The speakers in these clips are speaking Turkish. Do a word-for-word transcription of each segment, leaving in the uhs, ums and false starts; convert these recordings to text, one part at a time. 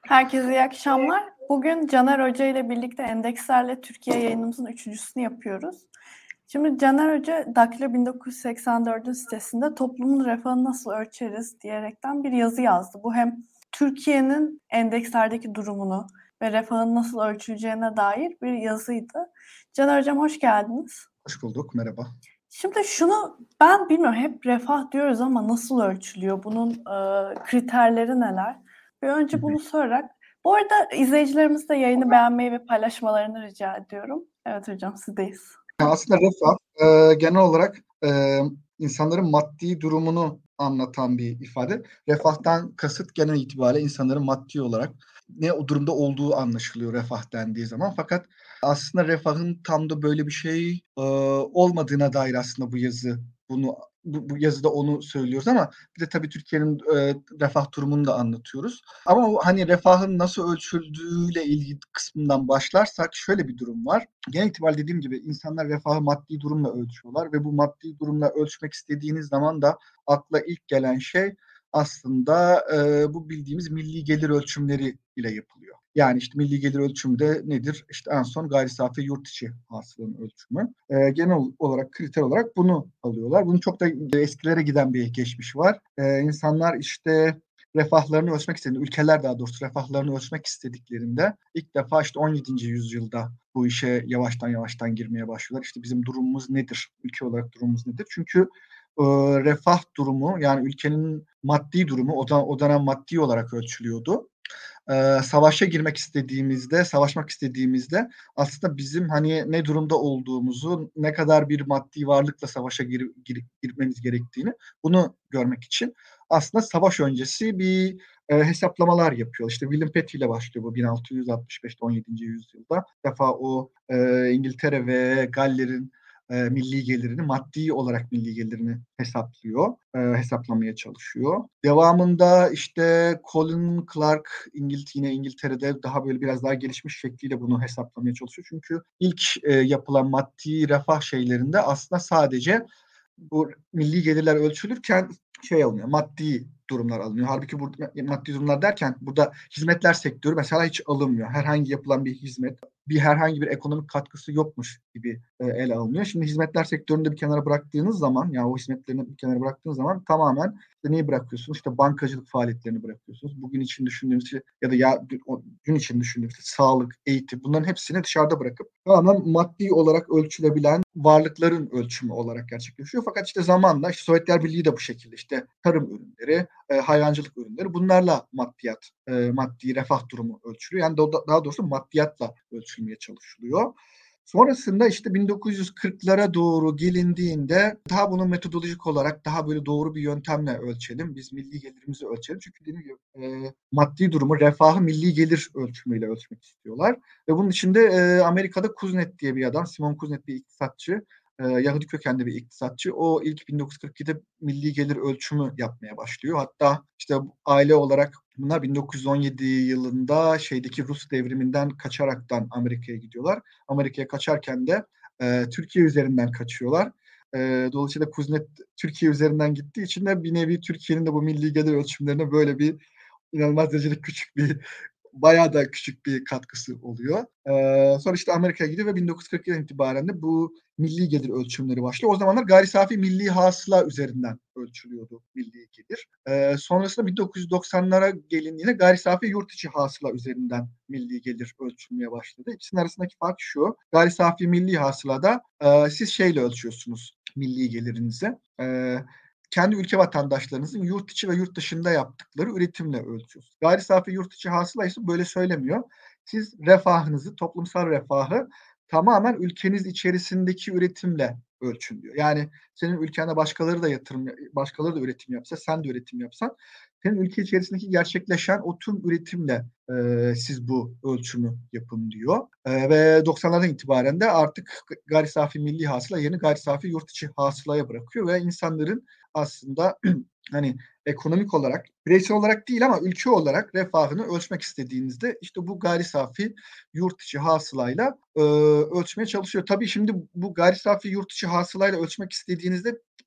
Herkese iyi akşamlar. Bugün Caner Hoca ile birlikte endekslerle Türkiye yayınımızın üçüncüsünü yapıyoruz. Şimdi Caner Hoca Daktilo bin dokuz yüz seksen dördün sitesinde toplumun refahını nasıl ölçeriz diyerekten bir yazı yazdı. Bu hem Türkiye'nin endekslerdeki durumunu ve refahın nasıl ölçüleceğine dair bir yazıydı. Caner Hocam hoş geldiniz. Hoş bulduk, merhaba. Şimdi şunu ben bilmiyorum, hep refah diyoruz ama nasıl ölçülüyor? Bunun e, kriterleri neler? Bir önce bunu sorarak, bu arada izleyicilerimiz de yayını beğenmeyi ve paylaşmalarını rica ediyorum. Evet hocam, sizdeyiz. Aslında refah e, genel olarak e, insanların maddi durumunu anlatan bir ifade. Refahtan kasıt genel itibariyle insanların maddi olarak ne o durumda olduğu anlaşılıyor refah dendiği zaman. Fakat aslında refahın tam da böyle bir şey e, olmadığına dair aslında bu yazı bunu bu, bu yazıda onu söylüyoruz ama bir de tabii Türkiye'nin e, refah durumunu da anlatıyoruz. Ama o, hani refahın nasıl ölçüldüğüyle ilgili kısmından başlarsak şöyle bir durum var. Genel itibariyle dediğim gibi insanlar refahı maddi durumla ölçüyorlar ve bu maddi durumla ölçmek istediğiniz zaman da akla ilk gelen şey aslında e, bu bildiğimiz milli gelir ölçümleri ile yapılıyor. Yani işte milli gelir ölçümü de nedir? İşte en son gayri safi yurt içi hasılanın ölçümü. E, genel olarak kriter olarak bunu alıyorlar. Bunun çok da eskilere giden bir geçmişi var. E, insanlar işte refahlarını ölçmek istediğinde, ülkeler daha doğrusu refahlarını ölçmek istediklerinde ilk defa işte on yedinci yüzyılda bu işe yavaştan yavaştan girmeye başlıyorlar. İşte bizim durumumuz nedir? Ülke olarak durumumuz nedir? Çünkü e, refah durumu, yani ülkenin maddi durumu o, da, o dönem maddi olarak ölçülüyordu. Ee, savaşa girmek istediğimizde, savaşmak istediğimizde aslında bizim hani ne durumda olduğumuzu, ne kadar bir maddi varlıkla savaşa gir, gir, girmemiz gerektiğini bunu görmek için aslında savaş öncesi bir e, hesaplamalar yapıyor. İşte William Petty ile başlıyor bu bin altı yüz altmış beşte on yedinci yüzyılda. Bir defa o e, İngiltere ve Galler'in e, milli gelirini, maddi olarak milli gelirini hesaplıyor, e, hesaplamaya çalışıyor. Devamında işte Colin Clark İngiliz, yine İngiltere'de daha böyle biraz daha gelişmiş şekliyle bunu hesaplamaya çalışıyor. Çünkü ilk e, yapılan maddi refah şeylerinde aslında sadece bu milli gelirler ölçülürken şey alınıyor, maddi durumlar alınıyor. Halbuki burada maddi durumlar derken burada hizmetler sektörü mesela hiç alınmıyor. Herhangi yapılan bir hizmet, bir herhangi bir ekonomik katkısı yokmuş gibi e, ele alınıyor. Şimdi hizmetler sektöründe bir kenara bıraktığınız zaman, yani o hizmetlerini bir kenara bıraktığınız zaman tamamen işte neyi bırakıyorsunuz? İşte bankacılık faaliyetlerini bırakıyorsunuz. Bugün için düşündüğümüz şey ya da ya gün için düşündüğümüz şey, sağlık, eğitim, bunların hepsini dışarıda bırakıp tamamen maddi olarak ölçülebilen varlıkların ölçümü olarak gerçekleşiyor. Fakat işte zamanla işte Sovyetler Birliği de bu şekilde işte tarım ürünleri, e, hayvancılık ürünleri, bunlarla maddiyat, e, maddi refah durumu ölçülüyor. Yani daha doğrusu maddiyatla ölçülmeye çalışılıyor. Sonrasında işte bin dokuz yüz kırklara doğru gelindiğinde daha bunu metodolojik olarak daha böyle doğru bir yöntemle ölçelim. Biz milli gelirimizi ölçelim. Çünkü dediğim gibi e, maddi durumu, refahı milli gelir ölçümüyle ölçmek istiyorlar. Ve bunun içinde e, Amerika'da Kuznets diye bir adam, Simon Kuznets bir iktisatçı, e, Yahudi kökenli bir iktisatçı. O ilk bin dokuz yüz kırk yedide milli gelir ölçümü yapmaya başlıyor. Hatta işte aile olarak bunlar bin dokuz yüz on yedi yılında şeydeki Rus devriminden kaçaraktan Amerika'ya gidiyorlar. Amerika'ya kaçarken de e, Türkiye üzerinden kaçıyorlar. E, dolayısıyla Kuznets Türkiye üzerinden gittiği için de bir nevi Türkiye'nin de bu milli gelir ölçümlerine böyle bir inanılmaz derecede küçük bir, bayağı da küçük bir katkısı oluyor. Ee, sonra işte Amerika'ya gidiyor ve bin dokuz yüz kırk yılından itibaren de bu milli gelir ölçümleri başlıyor. O zamanlar gayri safi milli hasıla üzerinden ölçülüyordu milli gelir. Ee, sonrasında bin dokuz yüz doksanlara gelindiğinde gayri safi yurt içi hasıla üzerinden milli gelir ölçülmeye başladı. İkisinin arasındaki fark şu: gayri safi milli hasılada e, siz şeyle ölçüyorsunuz milli gelirinizi. E, kendi ülke vatandaşlarınızın yurt içi ve yurt dışında yaptıkları üretimle ölçüyorsunuz. Gayri safi yurt içi hasıla ise böyle söylemiyor. Siz refahınızı, toplumsal refahı tamamen ülkeniz içerisindeki üretimle ölçün diyor. Yani senin ülkende başkaları da yatırım, başkaları da üretim yapsa, sen de üretim yapsan, senin ülke içerisindeki gerçekleşen o tüm üretimle e, siz bu ölçümü yapın diyor. E, ve doksanlardan itibaren de artık gayri safi milli hasıla yeni gayri safi yurt içi hasılaya bırakıyor ve insanların aslında hani ekonomik olarak, bireysel olarak değil ama ülke olarak refahını ölçmek istediğinizde işte bu gayri safi yurt içi hasılayla e, ölçmeye çalışıyor. Tabii şimdi bu gayri safi yurt içi hasılayla ölçmek istediğinizde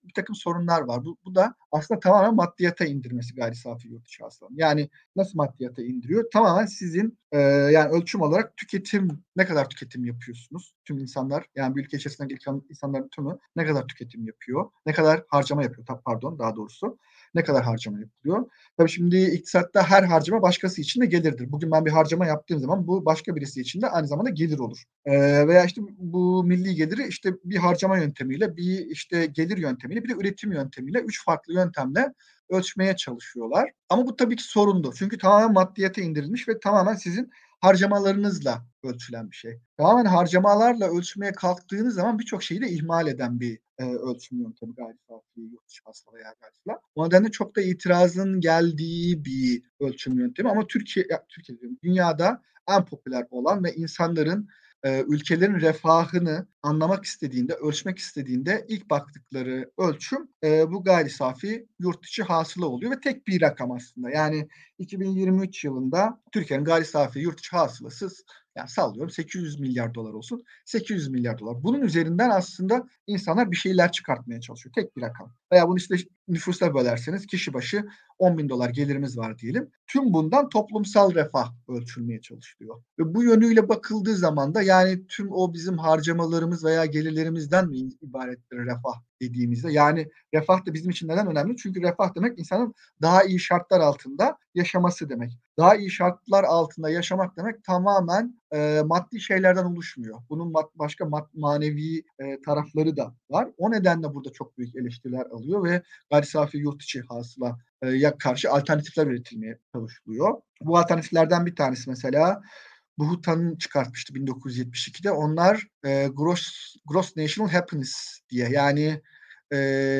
bir takım sorunlar var. Bu, bu da aslında tamamen maddiyata indirmesi gayri safi yurt içi hasılanın. Yani nasıl maddiyata indiriyor? Tamamen sizin e, yani ölçüm olarak tüketim, ne kadar tüketim yapıyorsunuz? Tüm insanlar, yani bir ülke içerisindeki insanların tümü ne kadar tüketim yapıyor? Ne kadar harcama yapıyor? Pardon, daha doğrusu. Ne kadar harcama yapılıyor? Tabii şimdi iktisatta her harcama başkası için de gelirdir. Bugün ben bir harcama yaptığım zaman bu başka birisi için de aynı zamanda gelir olur. Ee, veya işte bu milli geliri işte bir harcama yöntemiyle, bir işte gelir yöntemiyle, bir de üretim yöntemiyle, üç farklı yöntemle ölçmeye çalışıyorlar. Ama bu tabii ki sorunlu. Çünkü tamamen maddiyata indirilmiş ve tamamen sizin harcamalarınızla ölçülen bir şey. Tamamen harcamalarla ölçmeye kalktığınız zaman birçok şeyi de ihmal eden bir e, ölçüm yöntemi gayri safi yurt dışı hasıla veya gayri. O nedenle çok da itirazın geldiği bir ölçüm yöntemi ama Türkiye, ya, Türkiye diyorum, dünyada en popüler olan ve insanların e, ülkelerin refahını anlamak istediğinde, ölçmek istediğinde ilk baktıkları ölçüm e, bu gayri safi yurt dışı hasıla oluyor ve tek bir rakam aslında. Yani iki bin yirmi üç yılında Türkiye'nin gayri safi yurt dışı hasılası, yani sallıyorum sekiz yüz milyar dolar olsun. sekiz yüz milyar dolar. Bunun üzerinden aslında insanlar bir şeyler çıkartmaya çalışıyor. Tek bir rakam. Veya bunu işte nüfusa bölerseniz kişi başı on bin dolar gelirimiz var diyelim. Tüm bundan toplumsal refah ölçülmeye çalışılıyor. Ve bu yönüyle bakıldığı zaman da yani tüm o bizim harcamalarımız veya gelirlerimizden mi ibarettir refah dediğimizde, yani refah da bizim için neden önemli? Çünkü refah demek insanın daha iyi şartlar altında yaşaması demek. Daha iyi şartlar altında yaşamak demek tamamen e, maddi şeylerden oluşmuyor. Bunun mat, başka mat, manevi e, tarafları da var. O nedenle burada çok büyük eleştiriler alıyor ve gayri safi yurt içi hasıla e, ya karşı alternatifler üretilmeye çalışılıyor. Bu alternatiflerden bir tanesi mesela Bhutan'ın çıkartmıştı bin dokuz yüz yetmiş ikide. Onlar e, Gross, Gross National Happiness diye, yani e,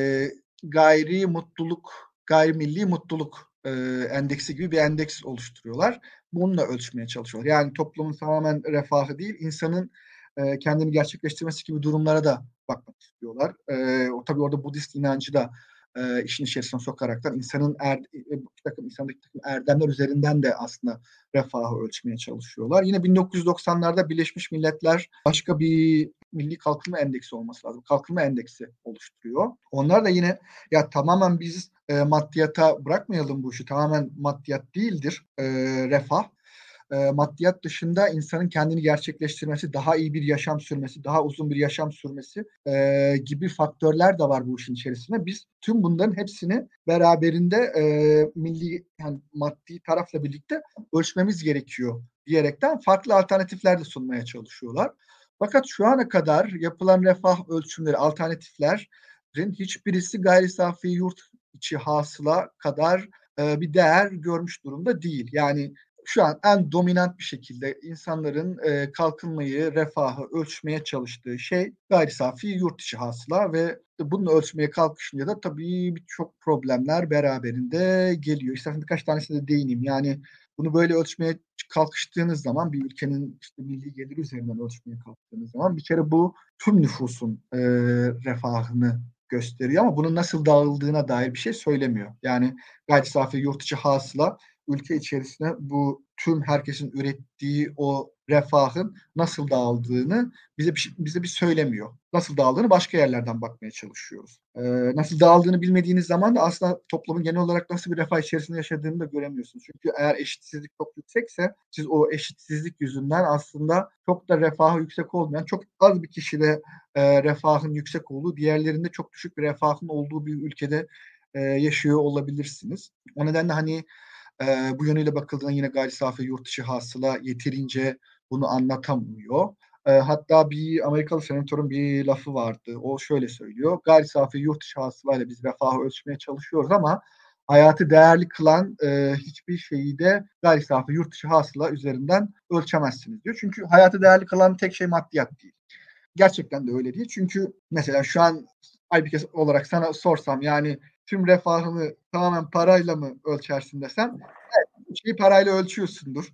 gayri mutluluk, gayrimilli mutluluk e, endeksi gibi bir endeks oluşturuyorlar. Bununla ölçmeye çalışıyorlar. Yani toplumun tamamen refahı değil, insanın e, kendini gerçekleştirmesi gibi durumlara da bakmak istiyorlar. E, o tabii orada Budist inancı da e, işin içerisine sokaraktan insanın er, bir takım insandaki bir takım erdemler üzerinden de aslında refahı ölçmeye çalışıyorlar. Yine bin dokuz yüz doksanlarda Birleşmiş Milletler başka bir milli kalkınma endeksi olması lazım. Kalkınma endeksi oluşturuyor. Onlar da yine ya tamamen biz e, maddiyata bırakmayalım bu işi. Tamamen maddiyat değildir e, refah. E, maddiyat dışında insanın kendini gerçekleştirmesi, daha iyi bir yaşam sürmesi, daha uzun bir yaşam sürmesi e, gibi faktörler de var bu işin içerisinde. Biz tüm bunların hepsini beraberinde e, milli, yani maddi tarafla birlikte ölçmemiz gerekiyor diyerekten farklı alternatifler de sunmaya çalışıyorlar. Fakat şu ana kadar yapılan refah ölçümleri, alternatiflerin hiçbirisi gayri safi yurt içi hasıla kadar e, bir değer görmüş durumda değil. Yani şu an en dominant bir şekilde insanların e, kalkınmayı, refahı ölçmeye çalıştığı şey gayri safi yurt içi hasıla ve bunu ölçmeye kalkışınca da tabii birçok problemler beraberinde geliyor. İstersen birkaç tanesine de değineyim. Yani bunu böyle ölçmeye kalkıştığınız zaman, bir ülkenin işte milli geliri üzerinden ölçmeye kalktığınız zaman bir kere bu tüm nüfusun e, refahını gösteriyor ama bunun nasıl dağıldığına dair bir şey söylemiyor. Yani gayri safi yurt içi hasıla ülke içerisine bu tüm herkesin ürettiği o refahın nasıl dağıldığını bize bir, bize bir söylemiyor. Nasıl dağıldığını başka yerlerden bakmaya çalışıyoruz. Ee, nasıl dağıldığını bilmediğiniz zaman da aslında toplumun genel olarak nasıl bir refah içerisinde yaşadığını da göremiyorsunuz. Çünkü eğer eşitsizlik çok yüksekse siz o eşitsizlik yüzünden aslında çok da refahı yüksek olmayan, çok az bir kişide e, refahın yüksek olduğu, diğerlerinde çok düşük bir refahın olduğu bir ülkede e, yaşıyor olabilirsiniz. O nedenle hani e, bu yönüyle bakıldığında yine gayri safi yurt dışı hasıla yeterince bunu anlatamıyor. E, hatta bir Amerikalı senatörün bir lafı vardı. O şöyle söylüyor. Gayri safi yurt dışı hasılayla biz refahı ölçmeye çalışıyoruz ama hayatı değerli kılan e, hiçbir şeyi de gayri safi yurt dışı hasıla üzerinden ölçemezsiniz diyor. Çünkü hayatı değerli kılan tek şey maddiyat değil. Gerçekten de öyle değil. Çünkü mesela şu an Aybike olarak sana sorsam, yani tüm refahını tamamen parayla mı ölçersin desem, evet, şeyi parayla ölçüyorsundur.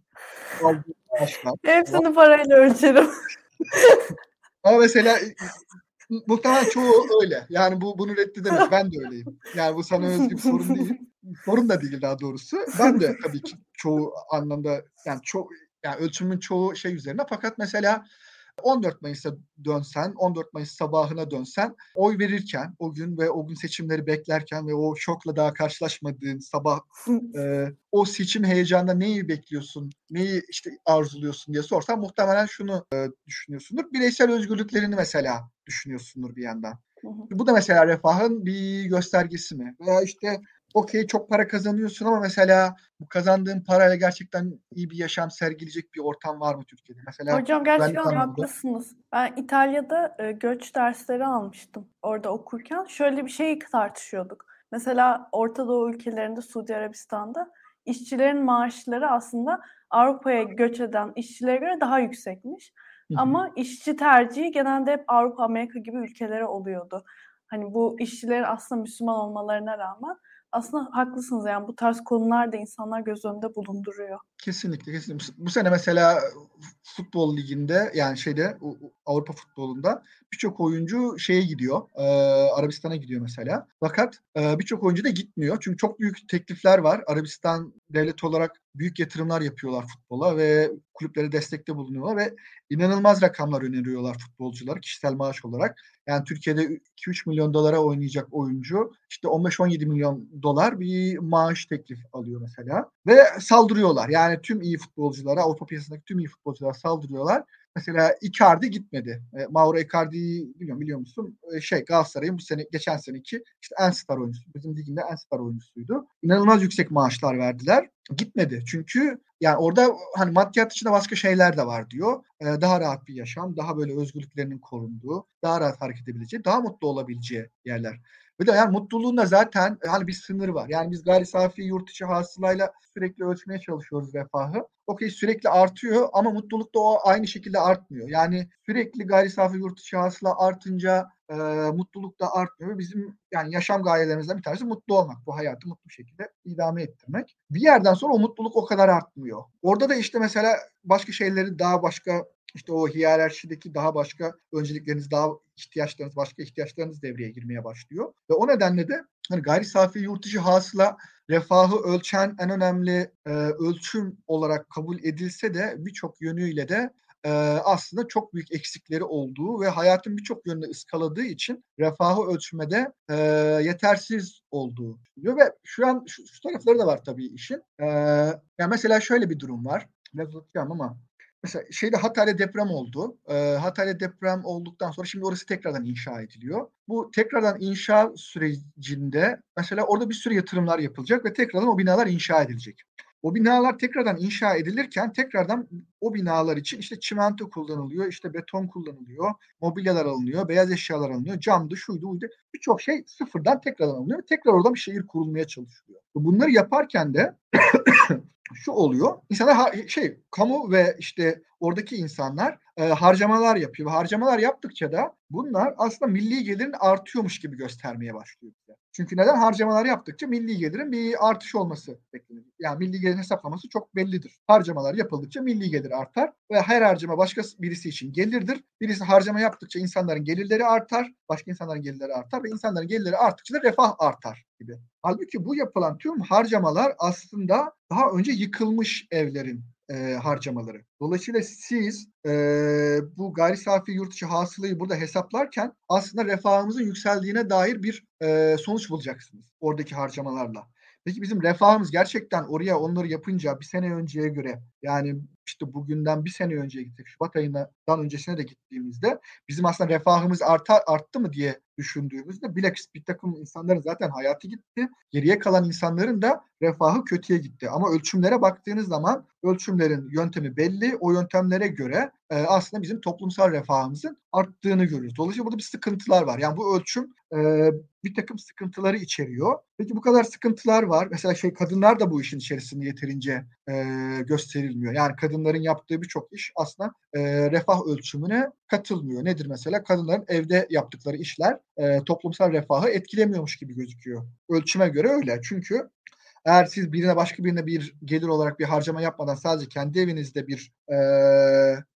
Hepsini parayla ölçerim. Ama mesela muhtemelen çoğu öyle. Yani bu bunu reddedemeyiz. Ben de öyleyim. Yani bu sana özgü bir sorun değil. Sorun da değil daha doğrusu. Ben de tabii ki çoğu anlamda, yani çok, yani ölçümün çoğu şey üzerine, fakat mesela on dört Mayıs'a dönsen, on dört Mayıs sabahına dönsen, oy verirken o gün ve o gün seçimleri beklerken ve o şokla daha karşılaşmadığın sabah e, o seçim heyecanında neyi bekliyorsun, neyi işte arzuluyorsun diye sorsan muhtemelen şunu e, düşünüyorsundur. Bireysel özgürlüklerini mesela düşünüyorsundur bir yandan. Bu da mesela refahın bir göstergesi mi? Veya işte okey çok para kazanıyorsun ama mesela bu kazandığın parayla gerçekten iyi bir yaşam sergileyecek bir ortam var mı Türkiye'de? Mesela Hocam güvenlik gerçekten anlamında. haklısınız. Ben İtalya'da e, göç dersleri almıştım orada okurken. Şöyle bir şey tartışıyorduk. Mesela Orta Doğu ülkelerinde, Suudi Arabistan'da işçilerin maaşları aslında Avrupa'ya göç eden işçilere göre daha yüksekmiş. Ama işçi tercihi genelde hep Avrupa, Amerika gibi ülkelere oluyordu. Hani bu işçilerin aslında Müslüman olmalarına rağmen aslında haklısınız, yani bu tarz konular da insanlar göz önünde bulunduruyor. Kesinlikle, kesinlikle. Bu sene mesela futbol liginde yani şeyde Avrupa futbolunda birçok oyuncu şeye gidiyor. E, Arabistan'a gidiyor mesela. Fakat e, birçok oyuncu da gitmiyor. Çünkü çok büyük teklifler var. Arabistan devlet olarak büyük yatırımlar yapıyorlar futbola ve kulüplere destekte bulunuyorlar ve inanılmaz rakamlar öneriyorlar futbolcular kişisel maaş olarak. Yani Türkiye'de iki üç milyon dolara oynayacak oyuncu işte on beş on yedi milyon dolar bir maaş teklif alıyor mesela. Ve saldırıyorlar. Yani tüm iyi futbolculara, Avrupa piyasasındaki tüm iyi futbolculara saldırıyorlar. Mesela Icardi gitmedi. E, Mauro Icardi'yi biliyor, biliyor musun? E, şey Galatasaray'ın bu sene, geçen seneki işte en star oyuncusu. Bizim liginde en star oyuncusuydu. İnanılmaz yüksek maaşlar verdiler. Gitmedi. Çünkü yani orada hani maddiyat dışında başka şeyler de var diyor. Ee, daha rahat bir yaşam, daha böyle özgürlüklerinin korunduğu, daha rahat hareket edebileceği, daha mutlu olabileceği yerler. Ve de yani mutluluğunda zaten hani bir sınır var. Yani biz gayri safi yurt içi hasılayla sürekli ölçmeye çalışıyoruz refahı. Okey sürekli artıyor ama mutluluk da o aynı şekilde artmıyor. Yani sürekli gayri safi yurt içi hasıla artınca e, mutluluk da artmıyor. Bizim yani yaşam gayelerimizden bir tanesi mutlu olmak. Bu hayatı mutlu bir şekilde idame ettirmek. Bir yerden sonra o mutluluk o kadar artmıyor. Orada da işte mesela başka şeyleri daha başka işte o hiyerarşideki daha başka öncelikleriniz, daha ihtiyaçlarınız, başka ihtiyaçlarınız devreye girmeye başlıyor. Ve o nedenle de hani gayri safi yurt dışı hasıla refahı ölçen en önemli e, ölçüm olarak kabul edilse de birçok yönüyle de e, aslında çok büyük eksikleri olduğu ve hayatın birçok yönünde ıskaladığı için refahı ölçmede e, yetersiz olduğu düşünülüyor. Ve şu an şu, şu tarafları da var tabii işin. E, yani mesela şöyle bir durum var. Biraz uzatacağım ama mesela şeyde Hatay'da deprem oldu. E, Hatay'da deprem olduktan sonra şimdi orası tekrardan inşa ediliyor. Bu tekrardan inşa sürecinde mesela orada bir sürü yatırımlar yapılacak ve tekrardan o binalar inşa edilecek. O binalar tekrardan inşa edilirken tekrardan o binalar için işte çimento kullanılıyor, işte beton kullanılıyor, mobilyalar alınıyor, beyaz eşyalar alınıyor, camdı, şuydu, buydu. Birçok şey sıfırdan tekrardan alınıyor ve tekrar orada bir şehir kurulmaya çalışılıyor. Bunları yaparken de şu oluyor. İnsanlar şey kamu ve işte oradaki insanlar e, harcamalar yapıyor. Harcamalar yaptıkça da bunlar aslında milli gelirin artıyormuş gibi göstermeye başlıyor bize. Çünkü neden? Harcamalar yaptıkça milli gelirin bir artış olması beklenir. Yani milli gelirin hesaplaması çok bellidir. Harcamalar yapıldıkça milli gelir artar ve her harcama başka birisi için gelirdir. Birisi harcama yaptıkça insanların gelirleri artar, başka insanların gelirleri artar ve insanların gelirleri arttıkça da refah artar gibi. Halbuki bu yapılan tüm harcamalar aslında daha önce yıkılmış evlerin e, harcamaları. Dolayısıyla siz e, bu gayri safi yurt içi hasılayı burada hesaplarken aslında refahımızın yükseldiğine dair bir e, sonuç bulacaksınız oradaki harcamalarla. Peki bizim refahımız gerçekten oraya onları yapınca bir sene önceye göre yani işte bugünden bir sene önceye gittik. Şubat ayından öncesine de gittiğimizde bizim aslında refahımız arta, arttı mı diye düşündüğümüzde bilakis bir takım insanların zaten hayatı gitti. Geriye kalan insanların da refahı kötüye gitti. Ama ölçümlere baktığınız zaman ölçümlerin yöntemi belli. O yöntemlere göre e, aslında bizim toplumsal refahımızın arttığını görüyoruz. Dolayısıyla burada bir sıkıntılar var. Yani bu ölçüm e, bir takım sıkıntıları içeriyor. Peki bu kadar sıkıntılar var. Mesela şey kadınlar da bu işin içerisinde yeterince e, gösterilmiyor. Yani kadınların yaptığı birçok iş aslında e, refah ölçümüne katılmıyor. Nedir mesela? Kadınların evde yaptıkları işler e, toplumsal refahı etkilemiyormuş gibi gözüküyor. Ölçüme göre öyle. Çünkü eğer siz birine başka birine bir gelir olarak bir harcama yapmadan sadece kendi evinizde bir e,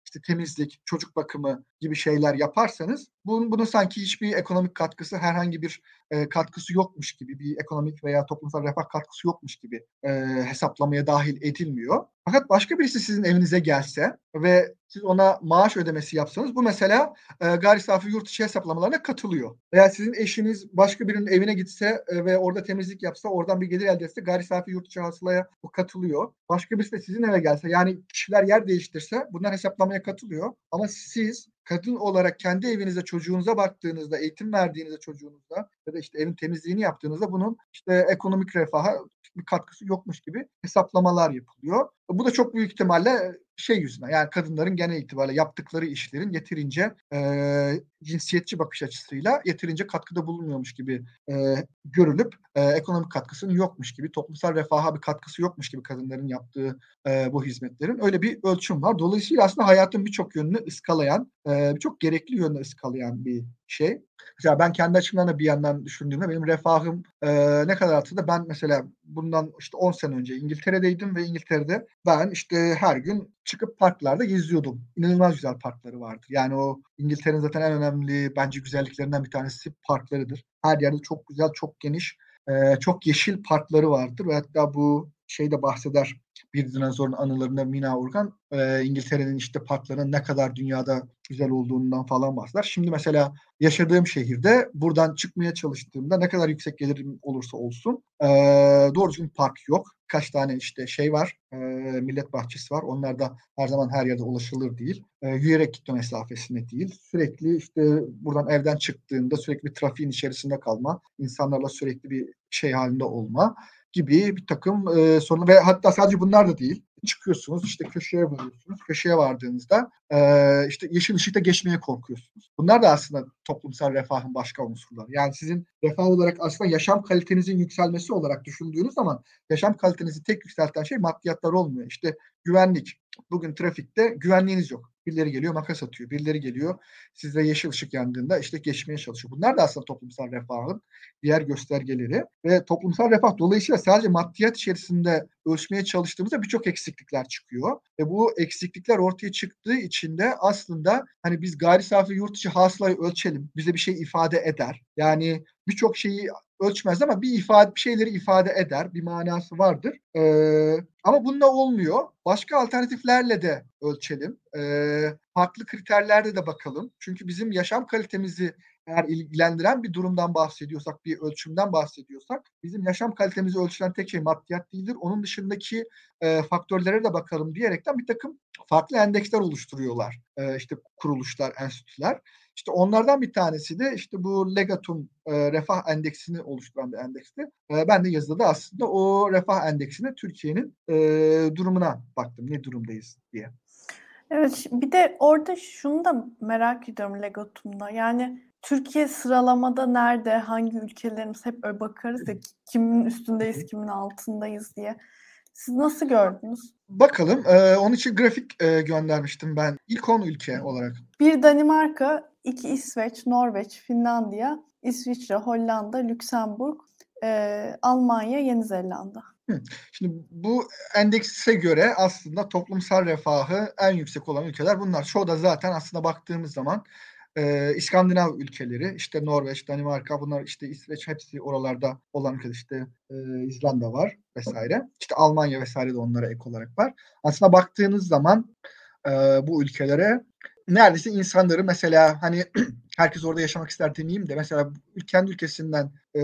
işte temizlik, çocuk bakımı gibi şeyler yaparsanız bunun, bunun sanki hiçbir ekonomik katkısı, herhangi bir e, katkısı yokmuş gibi, bir ekonomik veya toplumsal refah katkısı yokmuş gibi e, hesaplamaya dahil edilmiyor. Fakat başka birisi sizin evinize gelse ve siz ona maaş ödemesi yapsanız bu mesela e, gayri safi yurt içi hesaplamalarına katılıyor. Veya sizin eşiniz başka birinin evine gitse e, ve orada temizlik yapsa, oradan bir gelir elde etse gayri safi yurt içi hasılaya bu katılıyor. Başka birisi de sizin eve gelse, yani kişiler yer değiştirse bunlar hesaplamaya katılıyor. Ama siz kadın olarak kendi evinize, çocuğunuza baktığınızda, eğitim verdiğinizde çocuğunuza ya da işte evin temizliğini yaptığınızda bunun işte ekonomik refaha bir katkısı yokmuş gibi hesaplamalar yapılıyor. Bu da çok büyük ihtimalle şey yüzünden, yani kadınların genel itibariyle yaptıkları işlerin yeterince e, cinsiyetçi bakış açısıyla yeterince katkıda bulunmuyormuş gibi e, görülüp e, ekonomik katkısının yokmuş gibi, toplumsal refaha bir katkısı yokmuş gibi kadınların yaptığı e, bu hizmetlerin öyle bir ölçüm var. Dolayısıyla aslında hayatın birçok yönünü ıskalayan, e, birçok gerekli yönünü ıskalayan bir şey. Mesela ben kendi açımdan da bir yandan düşündüğümde benim refahım e, ne kadar arttı da ben mesela bundan işte on sene önce İngiltere'deydim ve İngiltere'de ben işte her gün çıkıp parklarda geziyordum. İnanılmaz güzel parkları vardır. Yani o İngiltere'nin zaten en önemli bence güzelliklerinden bir tanesi parklarıdır. Her yerde çok güzel, çok geniş, e, çok yeşil parkları vardır ve hatta bu şeyde bahseder Bir Dinozorun Anılarında Mina Organ, e, İngiltere'nin işte parklarının ne kadar dünyada güzel olduğundan falan bahseder. Şimdi mesela yaşadığım şehirde buradan çıkmaya çalıştığımda ne kadar yüksek gelirim olursa olsun e, doğru düzgün park yok. Kaç tane işte şey var, e, millet bahçesi var. Onlar da her zaman her yerde ulaşılır değil. E, yürüyerek gitme mesafesinde değil. Sürekli işte buradan evden çıktığında sürekli bir trafiğin içerisinde kalma, insanlarla sürekli bir şey halinde olma gibi bir takım e, sorun ve hatta sadece bunlar da değil. Çıkıyorsunuz işte köşeye varıyorsunuz. Köşeye vardığınızda e, işte yeşil ışıkta geçmeye korkuyorsunuz. Bunlar da aslında toplumsal refahın başka unsurları. Yani sizin refah olarak aslında yaşam kalitenizin yükselmesi olarak düşündüğünüz zaman yaşam kalitenizi tek yükselten şey maddiyatlar olmuyor. İşte güvenlik. Bugün trafikte güvenliğiniz yok. Birileri geliyor makas atıyor. Birileri geliyor size yeşil ışık yandığında işte geçmeye çalışıyor. Bunlar da aslında toplumsal refahın diğer göstergeleri ve toplumsal refah dolayısıyla sadece maddiyat içerisinde ölçmeye çalıştığımızda birçok eksiklikler çıkıyor. Ve bu eksiklikler ortaya çıktığı için de aslında hani biz gayri safi yurt içi hasılayı ölçelim. Bize bir şey ifade eder. Yani birçok şeyi ölçmez ama bir ifade bir şeyleri ifade eder. Bir manası vardır. Ee, ama bununla olmuyor. Başka alternatiflerle de ölçelim. Ee, farklı kriterlerde de bakalım. Çünkü bizim yaşam kalitemizi eğer ilgilendiren bir durumdan bahsediyorsak, bir ölçümden bahsediyorsak, bizim yaşam kalitemizi ölçülen tek şey maddiyat değildir. Onun dışındaki e, faktörlere de bakalım diyerekten bir takım farklı endeksler oluşturuyorlar. E, işte kuruluşlar, enstitüler. İşte onlardan bir tanesi de işte bu Legatum e, refah endeksini oluşturan bir endeksti. E, ben de yazıda da aslında o refah endeksine Türkiye'nin e, durumuna baktım. Ne durumdayız diye. Evet, bir de orada şunu da merak ediyorum Legatum'da. Yani Türkiye sıralamada nerede, hangi ülkelerimiz hep öyle bakarız ya kimin üstündeyiz, kimin altındayız diye. Siz nasıl gördünüz? Bakalım. E, onun için grafik e, göndermiştim ben. İlk on ülke olarak. Bir Danimarka, iki İsveç, Norveç, Finlandiya, İsviçre, Hollanda, Lüksemburg, e, Almanya, Yeni Zelanda. Hı. Şimdi bu endekse göre aslında toplumsal refahı en yüksek olan ülkeler bunlar. Çoğu da zaten aslında baktığımız zaman e, İskandinav ülkeleri, işte Norveç, Danimarka, bunlar işte İsveç, hepsi oralarda olan ülkeler, işte e, İzlanda var vesaire. İşte Almanya vesaire de onlara ek olarak var. Aslında baktığınız zaman e, bu ülkelere neredeyse insanları mesela hani herkes orada yaşamak ister demeyeyim de mesela kendi ülkesinden e,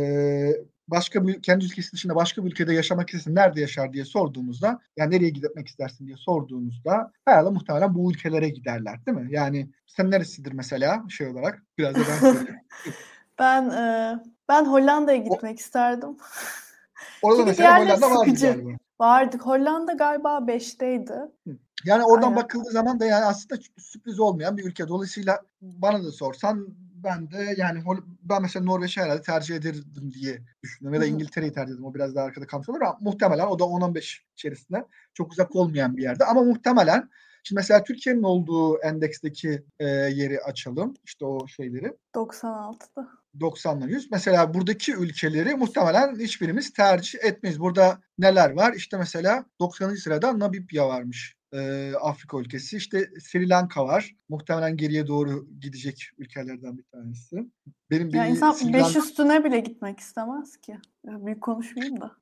başka bir kendi ülkesi dışında başka bir ülkede yaşamak istersin nerede yaşar diye sorduğumuzda yani nereye gitmek istersin diye sorduğumuzda herhalde muhtemelen bu ülkelere giderler değil mi? Yani sen neresidir mesela şey olarak biraz da ben sorayım. ben e, ben Hollanda'ya gitmek o, isterdim. Orada Çünkü mesela diğerleri Hollanda vardı sıkıcı. galiba. Vardık. Hollanda galiba beşteydi. Yani oradan Aynen. bakıldığı zaman da yani aslında sürpriz olmayan bir ülke. Dolayısıyla bana da sorsan ben de yani ben mesela Norveç'i herhalde tercih ederdim diye düşünüyorum. Ya da İngiltere'yi tercih ederdim. O biraz daha arkada kalmış olur ama muhtemelen o da on on beş içerisinde çok uzak olmayan bir yerde. Ama muhtemelen şimdi mesela Türkiye'nin olduğu endeksteki e, yeri açalım. İşte o şeyleri. doksan altıda. doksanla yüz. Mesela buradaki ülkeleri muhtemelen hiçbirimiz tercih etmeyiz. Burada neler var? İşte mesela doksanıncı sırada Namibya varmış. e, Afrika ülkesi. İşte Sri Lanka var. Muhtemelen geriye doğru gidecek ülkelerden bir tanesi. Benim Ya bir insan Sri beş Lanka üstüne bile gitmek istemez ki. Ya büyük konuşmayayım da.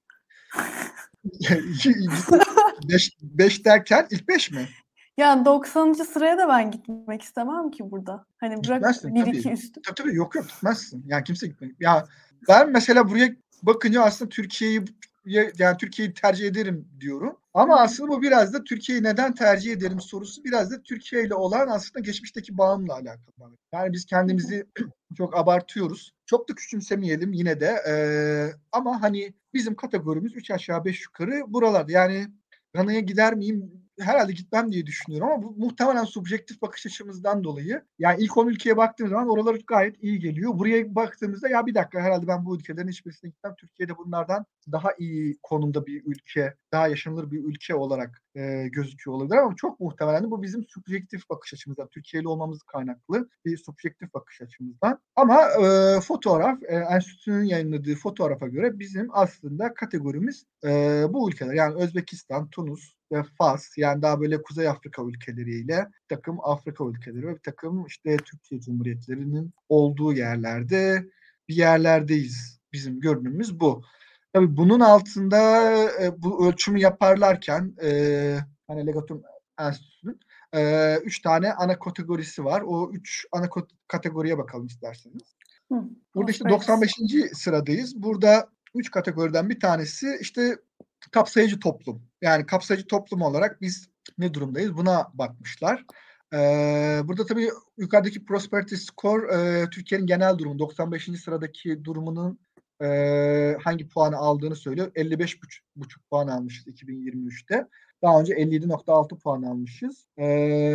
beş derken ilk beş mi? Yani doksanıncı sıraya da ben gitmek istemem ki burada. Hani bırak Gitmezsin bir iki tabii. üstü. Tabii tabii yok yok gitmezsin. Yani kimse gitmez. Ya ben mesela buraya bakınca aslında Türkiye'yi yani Türkiye'yi tercih ederim diyorum. Ama aslında bu biraz da Türkiye'yi neden tercih ederim sorusu biraz da Türkiye ile olan aslında geçmişteki bağımla alakalı. Yani biz kendimizi çok abartıyoruz. Çok da küçümsemeyelim yine de. Ee, ama hani bizim kategorimiz üç aşağı beş yukarı buralarda. Yani Gana'ya gider miyim? Herhalde gitmem diye düşünüyorum ama bu muhtemelen subjektif bakış açımızdan dolayı. Yani ilk on ülkeye baktığım zaman oralar gayet iyi geliyor. Buraya baktığımızda ya bir dakika herhalde ben bu ülkelerin hiçbirisine gitmem. Türkiye'de bunlardan daha iyi konumda bir ülke, daha yaşanılır bir ülke olarak e, gözüküyor olabilir ama çok muhtemelen bu bizim subjektif bakış açımızdan, Türkiye'li olmamız kaynaklı bir subjektif bakış açımızdan. Ama e, fotoğraf, e, enstitünün yayınladığı fotoğrafa göre bizim aslında kategorimiz e, bu ülkeler. Yani Özbekistan, Tunus ve Fas, yani daha böyle Kuzey Afrika ülkeleriyle bir takım Afrika ülkeleri ve bir takım işte Türkiye Cumhuriyetlerinin olduğu yerlerde bir yerlerdeyiz. Bizim görünümümüz bu. Tabii bunun altında e, bu ölçümü yaparlarken e, hani Legatum Enstitüsü'nün e, üç tane ana kategorisi var. O üç ana kategoriye bakalım isterseniz. Hı, Burada işte Ospreys. doksan beşinci sıradayız. Burada üç kategoriden bir tanesi işte kapsayıcı toplum. Yani kapsayıcı toplum olarak biz ne durumdayız? Buna bakmışlar. Ee, burada tabii yukarıdaki Prosperity Score e, Türkiye'nin genel durumu. doksan beşinci sıradaki durumunun e, hangi puanı aldığını söylüyor. elli beş buçuk puan almışız iki bin yirmi üçte. Daha önce elli yedi nokta altı puan almışız. Ee,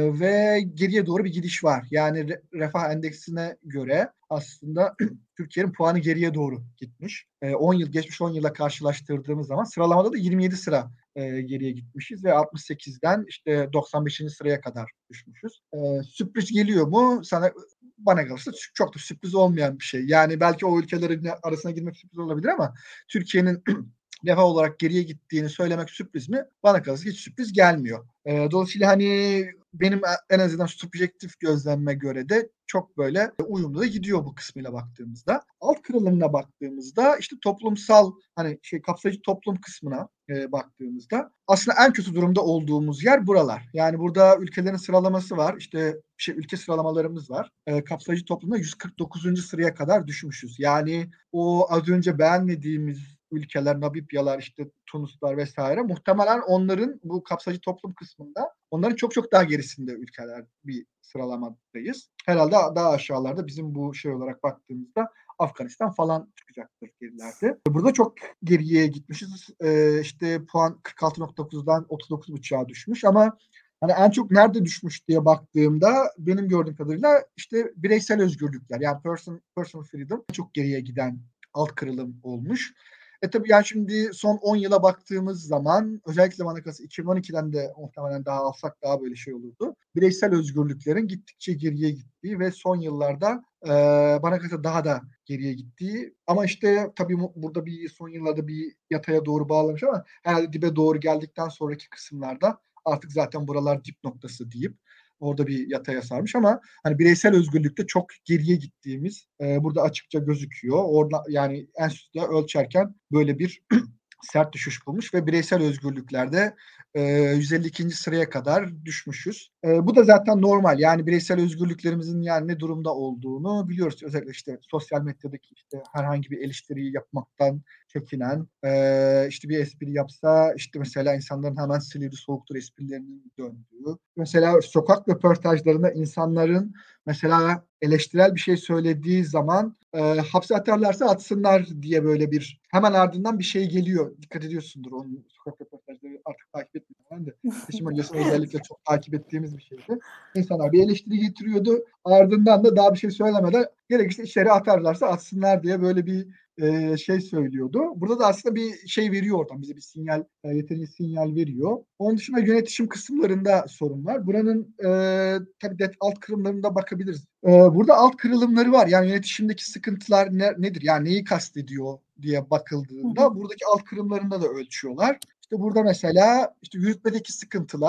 ve geriye doğru bir gidiş var. Yani re- refah endeksine göre aslında Türkiye'nin puanı geriye doğru gitmiş. E, on yıl geçmiş on yıla karşılaştırdığımız zaman sıralamada da yirmi yedi sıra e, geriye gitmişiz ve altmış sekizden işte doksan beşinci sıraya kadar düşmüşüz. E, sürpriz geliyor mu? Sana bana kalırsa çok da sürpriz olmayan bir şey. Yani belki o ülkelerin arasına girmek sürpriz olabilir ama Türkiye'nin refah olarak geriye gittiğini söylemek sürpriz mi? Bana kalırsa hiç sürpriz gelmiyor. E, dolayısıyla hani benim en azından subjektif gözlemime göre de çok böyle uyumlu da gidiyor bu kısmıyla baktığımızda. Alt kırılımına baktığımızda işte toplumsal hani şey kapsayıcı toplum kısmına e, baktığımızda aslında en kötü durumda olduğumuz yer buralar. Yani burada ülkelerin sıralaması var. İşte şey ülke sıralamalarımız var. E, kapsayıcı toplumda yüz kırk dokuzuncu sıraya kadar düşmüşüz. Yani o az önce beğenmediğimiz ülkeler, Namibyalar, işte Tunuslar vesaire muhtemelen onların bu kapsayıcı toplum kısmında onların çok çok daha gerisinde ülkeler bir sıralamadayız. Herhalde daha aşağılarda bizim bu şey olarak baktığımızda Afganistan falan çıkacaktır gerilerde. Burada çok geriye gitmişiz. Ee, işte puan kırk altı nokta dokuzdan otuz dokuz buçuğa düşmüş ama hani en çok nerede düşmüş diye baktığımda benim gördüğüm kadarıyla işte bireysel özgürlükler yani person, personal freedom çok geriye giden alt kırılım olmuş. E tabii yani şimdi son on yıla baktığımız zaman özellikle bana kalırsa iki bin on ikiden de muhtemelen daha alsak daha böyle şey olurdu. Bireysel özgürlüklerin gittikçe geriye gittiği ve son yıllarda e, bana kalırsa daha da geriye gittiği ama işte tabii burada bir son yıllarda bir yataya doğru bağlamış ama herhalde dibe doğru geldikten sonraki kısımlarda artık zaten buralar dip noktası deyip orada bir yataya sarmış ama hani bireysel özgürlükte çok geriye gittiğimiz e, burada açıkça gözüküyor. Orada yani enstitüde ölçerken böyle bir sert düşüş bulmuş ve bireysel özgürlüklerde e, yüz elli ikinci sıraya kadar düşmüşüz. E, bu da zaten normal. Yani bireysel özgürlüklerimizin yani ne durumda olduğunu biliyoruz. Özellikle işte sosyal medyadaki işte herhangi bir eleştiriyi yapmaktan çekinen, e, işte bir espri yapsa işte mesela insanların hemen silivri soğuktur esprilerinin döndüğü. Mesela sokak röportajlarında insanların mesela eleştirel bir şey söylediği zaman e, hapse atarlarsa atsınlar diye böyle bir hemen ardından bir şey geliyor. Dikkat ediyorsundur onun sokak röportajları artık takip etmiyorum ben de. Seçim öncesinde özellikle çok takip ettiğimiz bir şeydi. İnsanlar bir eleştiri getiriyordu. Ardından da daha bir şey söylemeden gerekirse içeri atarlarsa atsınlar diye böyle bir e, şey söylüyordu. Burada da aslında bir şey veriyor oradan. Bize bir sinyal, e, yeterince sinyal veriyor. Onun dışında yönetişim kısımlarında sorun var. Buranın e, tabii det, alt kırılımlarında bakabiliriz. E, burada alt kırılımları var. Yani yönetişimdeki sıkıntılar ne, nedir? Yani neyi kastediyor diye bakıldığında buradaki alt kırılımlarında da ölçüyorlar. İşte burada mesela işte yürütmedeki sıkıntılar,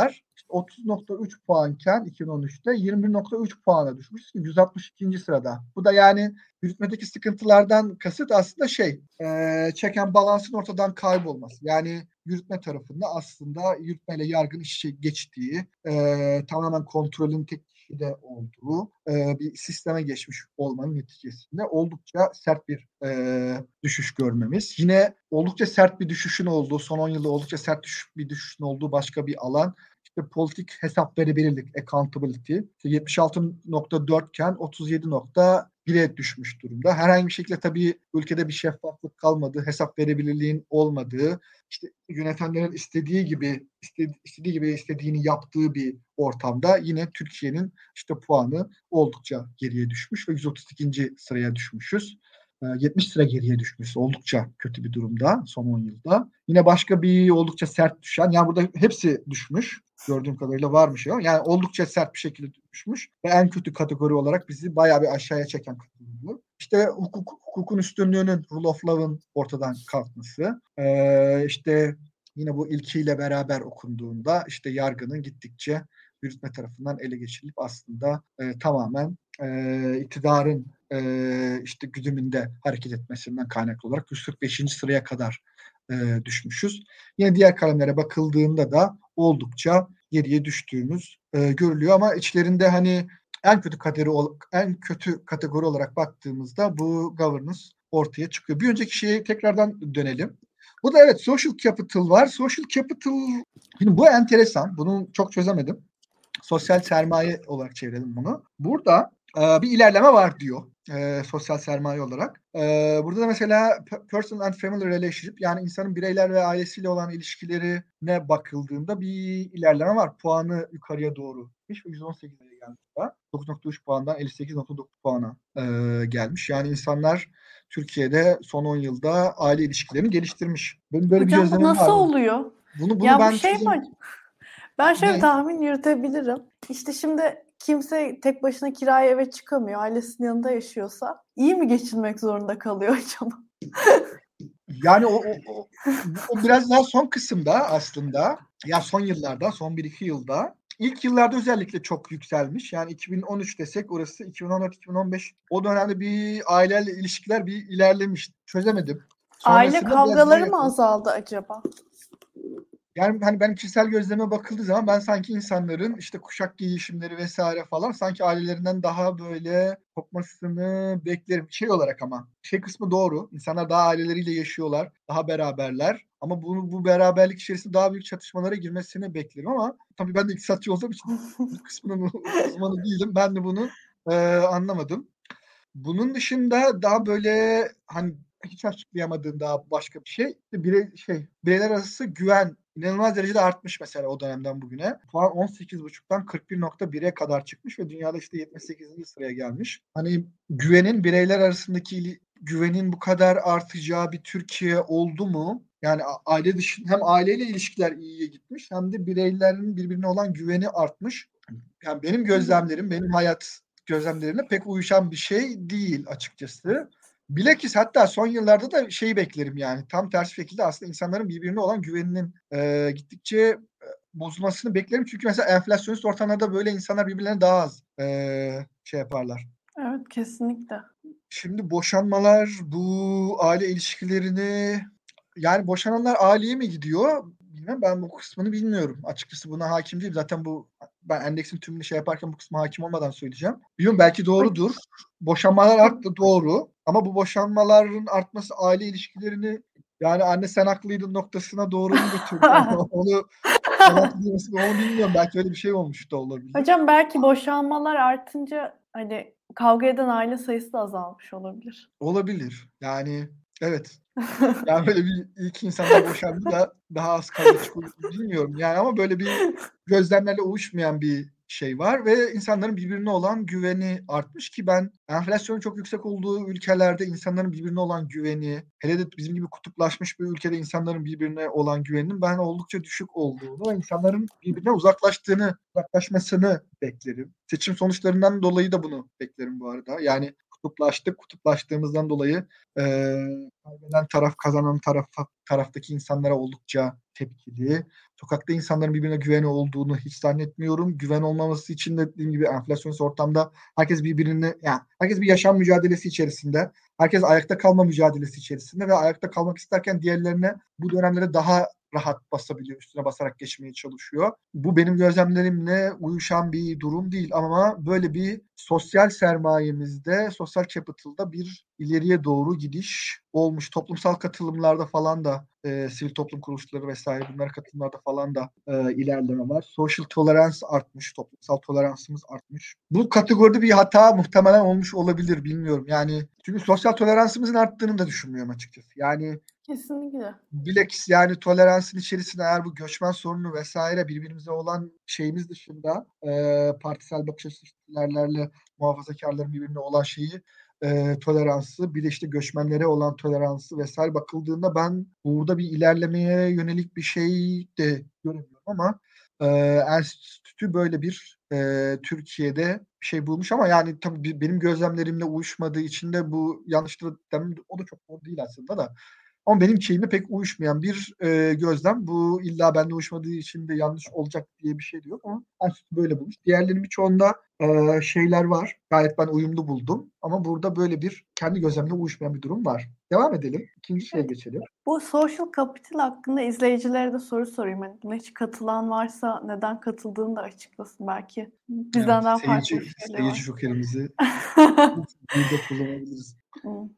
otuz nokta üç puanken iki bin on üçte yirmi bir nokta üç puana düşmüş. yüz altmış ikinci sırada. Bu da yani yürütmedeki sıkıntılardan kasıt aslında şey, e, check and balance'ın ortadan kaybolması. Yani yürütme tarafında aslında yürütmeyle yargının iç içe geçtiği, e, tamamen kontrolün tek kişide olduğu e, bir sisteme geçmiş olmanın neticesinde oldukça sert bir e, düşüş görmemiz. Yine oldukça sert bir düşüşün olduğu, son on yılda oldukça sert düşüş, bir düşüşün olduğu başka bir alan işte politik hesap verebilirlik, accountability. İşte yetmiş altı nokta dört iken otuz yedi nokta bire düşmüş durumda. Herhangi bir şekilde tabii ülkede bir şeffaflık kalmadığı, hesap verebilirliğin olmadığı, işte yönetenlerin istediği gibi istediği, istediği gibi istediğini yaptığı bir ortamda yine Türkiye'nin işte puanı oldukça geriye düşmüş ve yüz otuz ikinci sıraya düşmüşüz. yetmiş sıra geriye düşmüş. Oldukça kötü bir durumda son on yılda. Yine başka bir oldukça sert düşen, yani burada hepsi düşmüş. Gördüğüm kadarıyla varmış ya. Yani oldukça sert bir şekilde düşmüş. Ve en kötü kategori olarak bizi bayağı bir aşağıya çeken kategori bu. İşte hukuk, hukukun üstünlüğünün, rule of law'ın ortadan kalkması. Ee, işte yine bu ilkiyle beraber okunduğunda işte yargının gittikçe yürütme tarafından ele geçirilip aslında e, tamamen e, iktidarın e, işte güdümünde hareket etmesinden kaynaklı olarak yüz kırk beşinci sıraya kadar e, düşmüşüz. Yine diğer kalemlere bakıldığında da oldukça geriye düştüğümüz e, görülüyor ama içlerinde hani en kötü kategori en kötü kategori olarak baktığımızda bu governance ortaya çıkıyor. Bir önceki şeye tekrardan dönelim. Bu da evet social capital var. Social capital şimdi bu enteresan. Bunu çok çözemedim. Sosyal sermaye olarak çevirelim bunu. Burada e, bir ilerleme var diyor e, sosyal sermaye olarak. E, burada da mesela personal and family relationship, yani insanın bireyler ve ailesiyle olan ilişkilerine bakıldığında bir ilerleme var. Puanı yukarıya doğru yüz on sekize gelmiş. dokuz nokta üç puandan elli sekiz nokta dokuz puana e, gelmiş. Yani insanlar Türkiye'de son on yılda aile ilişkilerini geliştirmiş. Benim böyle Hocam bir bu gözlemim nasıl var. oluyor? Bunu bunu Ya bu ben şey çözüm... mi? Ben şöyle bir Ne? tahmin yürütebilirim. İşte şimdi kimse tek başına kiraya eve çıkamıyor. Ailesinin yanında yaşıyorsa iyi mi geçinmek zorunda kalıyor acaba? Yani o, o, o, o biraz daha son kısımda aslında. Ya son yıllarda, son bir iki yılda. İlk yıllarda özellikle çok yükselmiş. Yani iki bin on üç desek orası iki bin on dört iki bin on beş, o dönemde bir aileyle ilişkiler bir ilerlemiş. Çözemedim. Aile Sonrasında biraz daha kavgaları mı yakın. azaldı acaba? Yani hani benim kişisel gözleme bakıldığı zaman ben sanki insanların işte kuşak giyişimleri vesaire falan sanki ailelerinden daha böyle kopmasını beklerim. Şey olarak ama şey kısmı doğru. İnsanlar daha aileleriyle yaşıyorlar. Daha beraberler. Ama bunu, bu beraberlik içerisinde daha büyük çatışmalara girmesini beklerim ama tabii ben de iktisatçı olduğum için bu kısmının uzmanı değilim. Ben de bunu e, anlamadım. Bunun dışında daha böyle hani hiç açıklayamadığım daha başka bir şey. Birey, şey bireyler arası güven inanılmaz derecede artmış mesela o dönemden bugüne. Puan on sekiz buçuktan kırk bir nokta bire kadar çıkmış ve dünyada işte yetmiş sekizinci sıraya gelmiş. Hani güvenin, bireyler arasındaki güvenin bu kadar artacağı bir Türkiye oldu mu? Yani aile dışı, hem aileyle ilişkiler iyiye gitmiş hem de bireylerin birbirine olan güveni artmış. Yani benim gözlemlerim, benim hayat gözlemlerine pek uyuşan bir şey değil açıkçası. Bilakis hatta son yıllarda da şeyi beklerim, yani tam tersi şekilde aslında insanların birbirine olan güveninin e, gittikçe e, bozulmasını beklerim. Çünkü mesela enflasyonist ortamlarda böyle insanlar birbirlerine daha az e, şey yaparlar. Evet, kesinlikle. Şimdi boşanmalar, bu aile ilişkilerini, yani boşananlar aileye mi gidiyor? Bilmem, ben bu kısmını bilmiyorum. Açıkçası buna hakim değilim. Zaten bu ben endeksin tümünü şey yaparken bu kısma hakim olmadan söyleyeceğim. Bilmiyorum, belki doğrudur. Boşanmalar arttı, doğru. Ama bu boşanmaların artması aile ilişkilerini, yani anne sen haklıydın noktasına doğru mu götürdü? Onu onu bilmiyorum. Belki öyle bir şey olmuş da olabilir. Hocam belki boşanmalar artınca hani kavga eden aile sayısı da azalmış olabilir. Olabilir. Yani evet. Yani böyle bir iki insanlar boşandı da daha az kavga çıkıyor bilmiyorum. Yani ama böyle bir gözlemlerle uyuşmayan bir şey var ve insanların birbirine olan güveni artmış ki ben enflasyonun çok yüksek olduğu ülkelerde insanların birbirine olan güveni, hele de bizim gibi kutuplaşmış bir ülkede insanların birbirine olan güveninin ben oldukça düşük olduğunu ve insanların birbirine uzaklaştığını, uzaklaşmasını beklerim. Seçim sonuçlarından dolayı da bunu beklerim bu arada. Yani kutuplaştık, kutuplaştığımızdan dolayı e, kaybeden taraf kazanan taraf, taraftaki insanlara oldukça tepkili. Sokakta insanların birbirine güveni olduğunu hiç zannetmiyorum. Güven olmaması için de dediğim gibi enflasyonist ortamda herkes birbirini, yani herkes bir yaşam mücadelesi içerisinde. Herkes ayakta kalma mücadelesi içerisinde ve ayakta kalmak isterken diğerlerine bu dönemlere daha rahat basabiliyor, üstüne basarak geçmeye çalışıyor. Bu benim gözlemlerimle uyuşan bir durum değil ama böyle bir sosyal sermayemizde, sosyal capital'da bir ileriye doğru gidiş olmuş. Toplumsal katılımlarda falan da e, sivil toplum kuruluşları vesaire bunlara katılımlarda falan da e, ilerleme var. Social tolerance artmış, toplumsal toleransımız artmış. Bu kategoride bir hata muhtemelen olmuş olabilir, bilmiyorum. Yani çünkü sosyal toleransımızın arttığını da düşünmüyorum açıkçası. Yani Kesinlikle. bilakis yani toleransın içerisinde eğer bu göçmen sorunu vesaire birbirimize olan şeyimiz dışında e, partisel bakış açılarıyla muhafazakarların birbirine olan şeyi e, toleransı, bir de işte göçmenlere olan toleransı vesaire bakıldığında ben burada bir ilerlemeye yönelik bir şey de göremiyorum ama e, enstitü böyle bir e, Türkiye'de bir şey bulmuş ama yani tabii benim gözlemlerimle uyuşmadığı için de bu yanlıştır demem, o da çok doğru değil aslında da. Ama benim şeyime pek uyuşmayan bir e, gözlem. Bu illa benimle uyuşmadığı için de yanlış olacak diye bir şey de yok ama enstitü böyle bulmuş. Diğerlerinin birçoğunda e, şeyler var. Gayet ben uyumlu buldum. Ama burada böyle bir kendi gözlemle uyuşmayan bir durum var. Devam edelim. İkinci şeye Evet. geçelim. Bu social capital hakkında izleyicilere de soru sorayım. Yani buna hiç katılan varsa neden katıldığını da açıklasın. Belki bizden Evet, daha farklı seyirci, bir şeyleri seyirci var. jokerimizi burada kullanabiliriz. Hmm.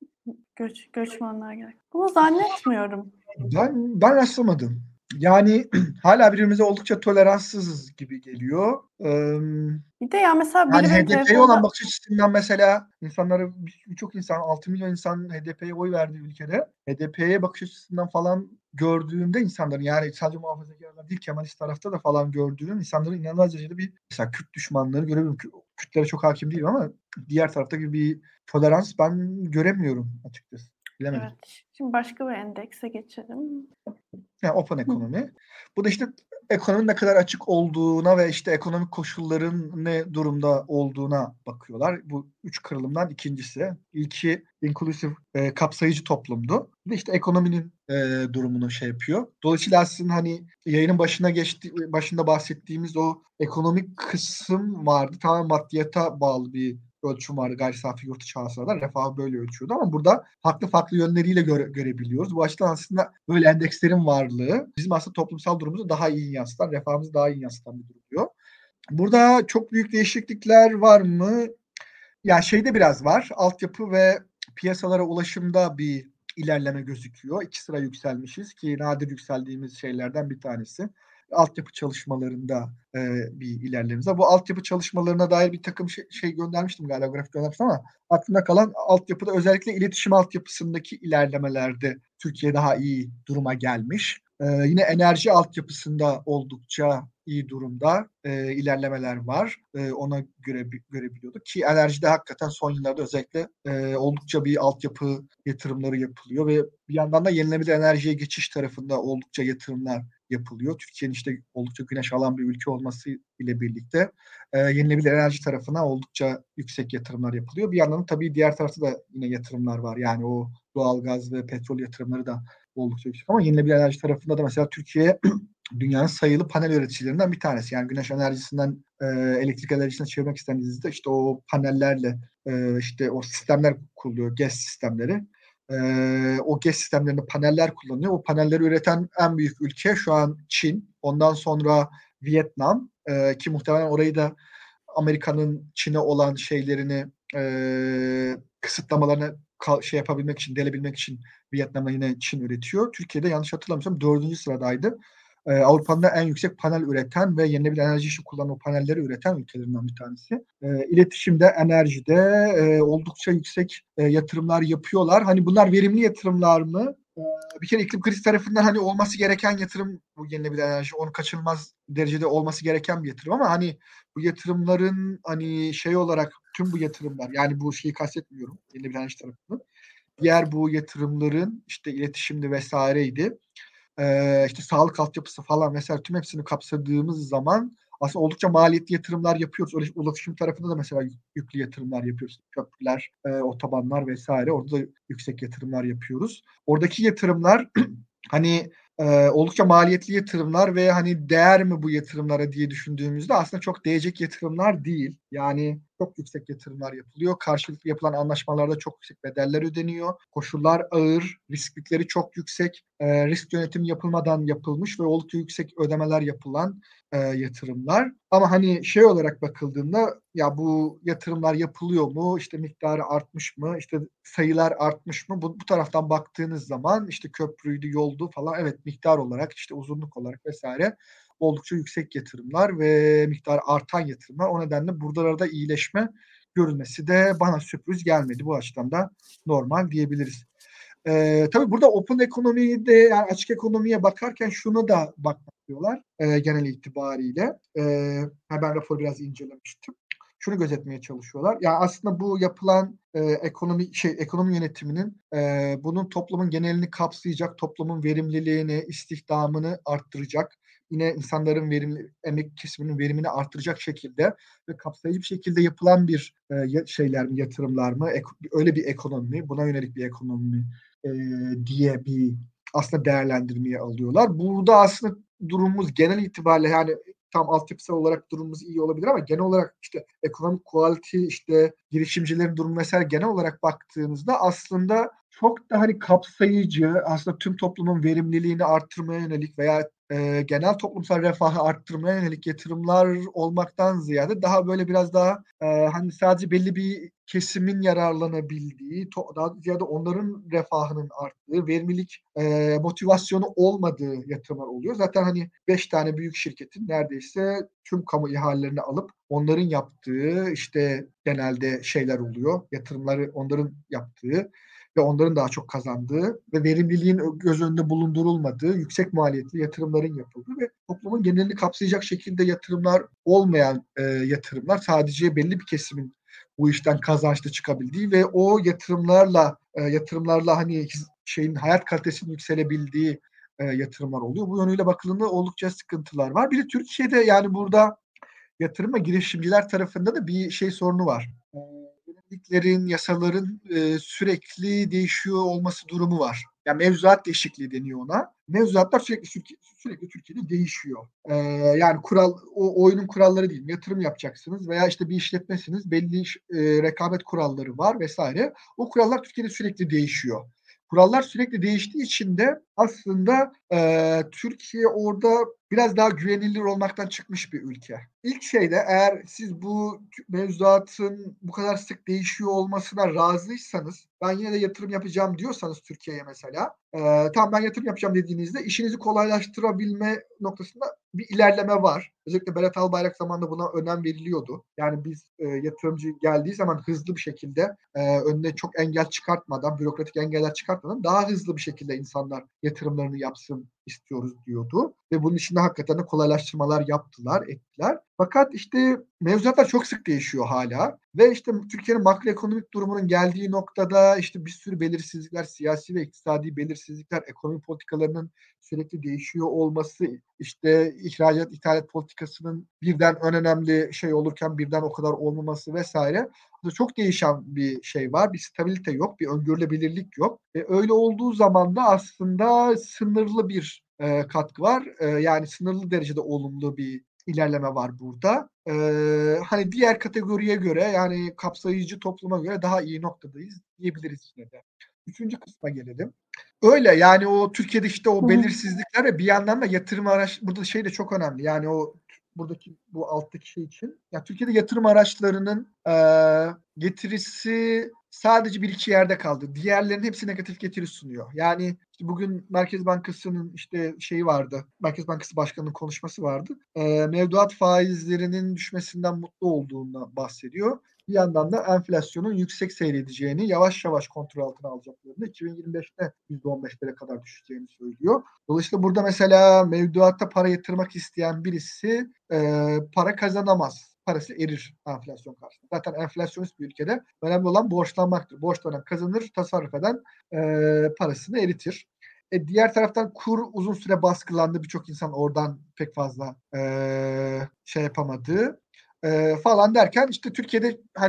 Göç, göçmenler gerek. Bunu zannetmiyorum. Ben, ben rastlamadım. Yani hala birbirimize oldukça toleranssızız gibi geliyor. Ee, Bir de ya mesela Yani biri benim H D P'ye olan telefonda bakış açısından mesela insanları birçok insan altı milyon insan H D P'ye oy verdiği ülkede H D P'ye bakış açısından falan gördüğümde insanların yani sadece muhafazakarlar değil Kemalist tarafta da falan gördüğüm insanların inanılmaz derecede bir mesela Kürt düşmanlığı görebiliyorum. Kürtlere çok hakim değilim ama diğer taraftaki bir tolerans ben göremiyorum açıkçası. Bilemedim. evet. Şimdi başka bir endekse geçelim. Yani open Hı. ekonomi. Bu da işte ekonominin ne kadar açık olduğuna ve işte ekonomik koşulların ne durumda olduğuna bakıyorlar. Bu üç kırılımdan ikincisi. İlki inclusive, e, kapsayıcı toplumdu. Bir de işte ekonominin e, durumunu şey yapıyor. Dolayısıyla aslında hani yayının başına geçti, başında bahsettiğimiz o ekonomik kısım vardı. Tamamen maddiyata bağlı bir ölçüm vardı gayri safi yurt içi hasıladan. Refahı böyle ölçüyordu ama burada farklı farklı yönleriyle göre, görebiliyoruz. Bu açıdan aslında böyle endekslerin varlığı bizim aslında toplumsal durumumuzu daha iyi yansıtan, refahımızı daha iyi yansıtan bir durum diyor. Burada çok büyük değişiklikler var mı? Ya şeyde biraz var. Altyapı ve piyasalara ulaşımda bir ilerleme gözüküyor. İki sıra yükselmişiz ki nadir yükseldiğimiz şeylerden bir tanesi. Altyapı çalışmalarında e, bir ilerlememiz var. Bu altyapı çalışmalarına dair bir takım şey, şey göndermiştim galiba, grafik göndermiştim ama aklımda kalan altyapıda özellikle iletişim altyapısındaki ilerlemelerde Türkiye daha iyi duruma gelmiş. Ee, yine enerji altyapısında oldukça iyi durumda e, ilerlemeler var. E, ona göre görebiliyorduk ki enerjide hakikaten son yıllarda özellikle e, oldukça bir altyapı yatırımları yapılıyor ve bir yandan da yenilenebilir enerjiye geçiş tarafında oldukça yatırımlar yapılıyor. Türkiye'nin işte oldukça güneş alan bir ülke olması ile birlikte e, yenilenebilir enerji tarafına oldukça yüksek yatırımlar yapılıyor. Bir yandan da tabii diğer tarafta da yine yatırımlar var. Yani o doğalgaz ve petrol yatırımları da oldukça yüksek ama yenilenebilir enerji tarafında da mesela Türkiye dünyanın sayılı panel üreticilerinden bir tanesi. Yani güneş enerjisinden e, elektrik enerjisine çevirmek istediğinizde işte o panellerle e, işte o sistemler kuruluyor, GES sistemleri. E, o GES sistemlerinde paneller kullanıyor. O panelleri üreten en büyük ülke şu an Çin. Ondan sonra Vietnam e, ki muhtemelen orayı da Amerika'nın Çin'e olan şeylerini e, kısıtlamalarını şey yapabilmek için, delebilmek için Vietnam'da yine Çin üretiyor. Türkiye'de yanlış hatırlamıyorsam dördüncü sıradaydı. Ee, Avrupa'nın en yüksek panel üreten ve yenilenebilir enerji için kullanan o panelleri üreten ülkelerinden bir tanesi. E, iletişimde, enerjide e, oldukça yüksek e, yatırımlar yapıyorlar. Hani bunlar verimli yatırımlar mı? E, bir kere iklim krizi tarafından hani olması gereken yatırım bu yenilenebilir enerji. Onu kaçınılmaz derecede olması gereken bir yatırım ama hani bu yatırımların hani şey olarak tüm bu yatırımlar yani bu şeyi kastetmiyorum yenilenebilir enerji tarafını. Diğer bu yatırımların işte iletişimde vesaireydi. Ee, işte sağlık altyapısı falan mesela tüm hepsini kapsadığımız zaman aslında oldukça maliyetli yatırımlar yapıyoruz. Öyle ulaşım tarafında da mesela yüklü yatırımlar yapıyoruz. Köprüler, e, otobanlar vesaire. Orada da yüksek yatırımlar yapıyoruz. Oradaki yatırımlar hani e, oldukça maliyetli yatırımlar ve hani değer mi bu yatırımlara diye düşündüğümüzde aslında çok değecek yatırımlar değil. Yani çok yüksek yatırımlar yapılıyor. Karşılıklı yapılan anlaşmalarda çok yüksek bedeller ödeniyor. Koşullar ağır, riskleri çok yüksek. E, risk yönetimi yapılmadan yapılmış ve oldukça yüksek ödemeler yapılan e, yatırımlar. Ama hani şey olarak bakıldığında ya bu yatırımlar yapılıyor mu? İşte miktarı artmış mı? İşte sayılar artmış mı? Bu, bu taraftan baktığınız zaman işte köprüydü, yoldu falan, evet, miktar olarak işte uzunluk olarak vesaire oldukça yüksek yatırımlar ve miktarı artan yatırımlar. O nedenle buralarda iyileşme görülmesi de bana sürpriz gelmedi. Bu açıdan da normal diyebiliriz. Ee, tabii burada open ekonomiyi de, yani açık ekonomiye bakarken şunu da bakmak diyorlar e, genel itibariyle. E, ben raporu biraz incelemiştim. Şunu gözetmeye çalışıyorlar. Yani aslında bu yapılan e, ekonomi şey ekonomi yönetiminin e, bunun toplumun genelini kapsayacak, toplumun verimliliğini, istihdamını arttıracak, yine insanların verimli emek kesiminin verimini arttıracak şekilde ve kapsayıcı bir şekilde yapılan bir e, şeyler mi, yatırımlar mı, ek, öyle bir ekonomi mi, buna yönelik bir ekonomi mi e, diye bir aslında değerlendirmeye alıyorlar. Burada aslında durumumuz genel itibariyle, yani tam altyapısal olarak durumumuz iyi olabilir ama genel olarak işte ekonomik quality, işte girişimcilerin durumu vesaire genel olarak baktığınızda aslında çok da hani kapsayıcı, aslında tüm toplumun verimliliğini arttırmaya yönelik veya e, genel toplumsal refahı arttırmaya yönelik yatırımlar olmaktan ziyade daha böyle biraz daha e, hani sadece belli bir kesimin yararlanabildiği, to- daha ziyade onların refahının arttığı, verimlilik e, motivasyonu olmadığı yatırımlar oluyor. Zaten hani beş tane büyük şirketin neredeyse tüm kamu ihalelerini alıp onların yaptığı işte genelde şeyler oluyor. Yatırımları onların yaptığı ve onların daha çok kazandığı ve verimliliğin göz önünde bulundurulmadığı yüksek maliyetli yatırımların yapıldığı ve toplumun genelini kapsayacak şekilde yatırımlar olmayan e, yatırımlar, sadece belli bir kesimin bu işten kazançlı çıkabildiği ve o yatırımlarla e, yatırımlarla hani şeyin hayat kalitesinin yükselebildiği e, yatırımlar oluyor. Bu yönüyle bakıldığında oldukça sıkıntılar var. Bir de Türkiye'de yani burada yatırım ve girişimciler tarafında da bir şey sorunu var. E, yöneliklerin, yasaların e, sürekli değişiyor olması durumu var. Yani mevzuat değişikliği deniyor ona. Mevzuatlar sürekli sürekli Türkiye'de değişiyor. Ee, yani kural, o oyunun kuralları değil. Yatırım yapacaksınız veya işte bir işletmesiniz, belli e, rekabet kuralları var vesaire. O kurallar Türkiye'de sürekli değişiyor. Kurallar sürekli değiştiği için de aslında e, Türkiye orada biraz daha güvenilir olmaktan çıkmış bir ülke. İlk şeyde, eğer siz bu mevzuatın bu kadar sık değişiyor olmasına razıysanız, ben yine de yatırım yapacağım diyorsanız Türkiye'ye mesela, e, tamam ben yatırım yapacağım dediğinizde işinizi kolaylaştırabilme noktasında bir ilerleme var. Özellikle Berat Albayrak zamanında buna önem veriliyordu. Yani biz e, yatırımcı geldiği zaman hızlı bir şekilde e, önüne çok engel çıkartmadan, bürokratik engeller çıkartmadan daha hızlı bir şekilde insanlar yatırımlarını yapsın istiyoruz diyordu. Ve bunun içinde hakikaten de kolaylaştırmalar yaptılar, ettiler. Fakat işte mevzuatlar çok sık değişiyor hala. Ve işte Türkiye'nin makroekonomik durumunun geldiği noktada işte bir sürü belirsizlikler, siyasi ve iktisadi belirsizlikler, ekonomi politikalarının sürekli değişiyor olması, işte ihracat, ithalat politikasının birden en önemli şey olurken birden o kadar olmaması vesaire. Çok değişen bir şey var. Bir stabilite yok, bir öngörülebilirlik yok. E, öyle olduğu zaman da aslında sınırlı bir e, katkı var. E, yani sınırlı derecede olumlu bir ilerleme var burada. E, hani diğer kategoriye göre, yani kapsayıcı topluma göre daha iyi noktadayız diyebiliriz yine de. Üçüncü kısma gelelim. Öyle yani o Türkiye'de işte o belirsizlikler ve bir yandan da yatırım araç, burada şey de çok önemli. Yani o buradaki bu alttaki şey için. Ya Türkiye'de yatırım araçlarının e, getirisi sadece bir iki yerde kaldı. Diğerlerinin hepsi negatif getiri sunuyor. Yani işte bugün Merkez Bankası'nın işte şeyi vardı. Merkez Bankası Başkanı'nın konuşması vardı. E, mevduat faizlerinin düşmesinden mutlu olduğundan bahsediyor. Bir yandan da enflasyonun yüksek seyredeceğini, yavaş yavaş kontrol altına alacaklarını, iki bin yirmi beşte yüzde on beşlere kadar düşeceğini söylüyor. Dolayısıyla burada mesela mevduatta para yatırmak isteyen birisi e, para kazanamaz. Parası erir enflasyon karşısında. Zaten enflasyonist bir ülkede önemli olan borçlanmaktır. Borçlanan kazanır, tasarruf eden e, parasını eritir. E, diğer taraftan kur uzun süre baskılandı. Birçok insan oradan pek fazla e, şey yapamadı. E, falan derken işte Türkiye'de hani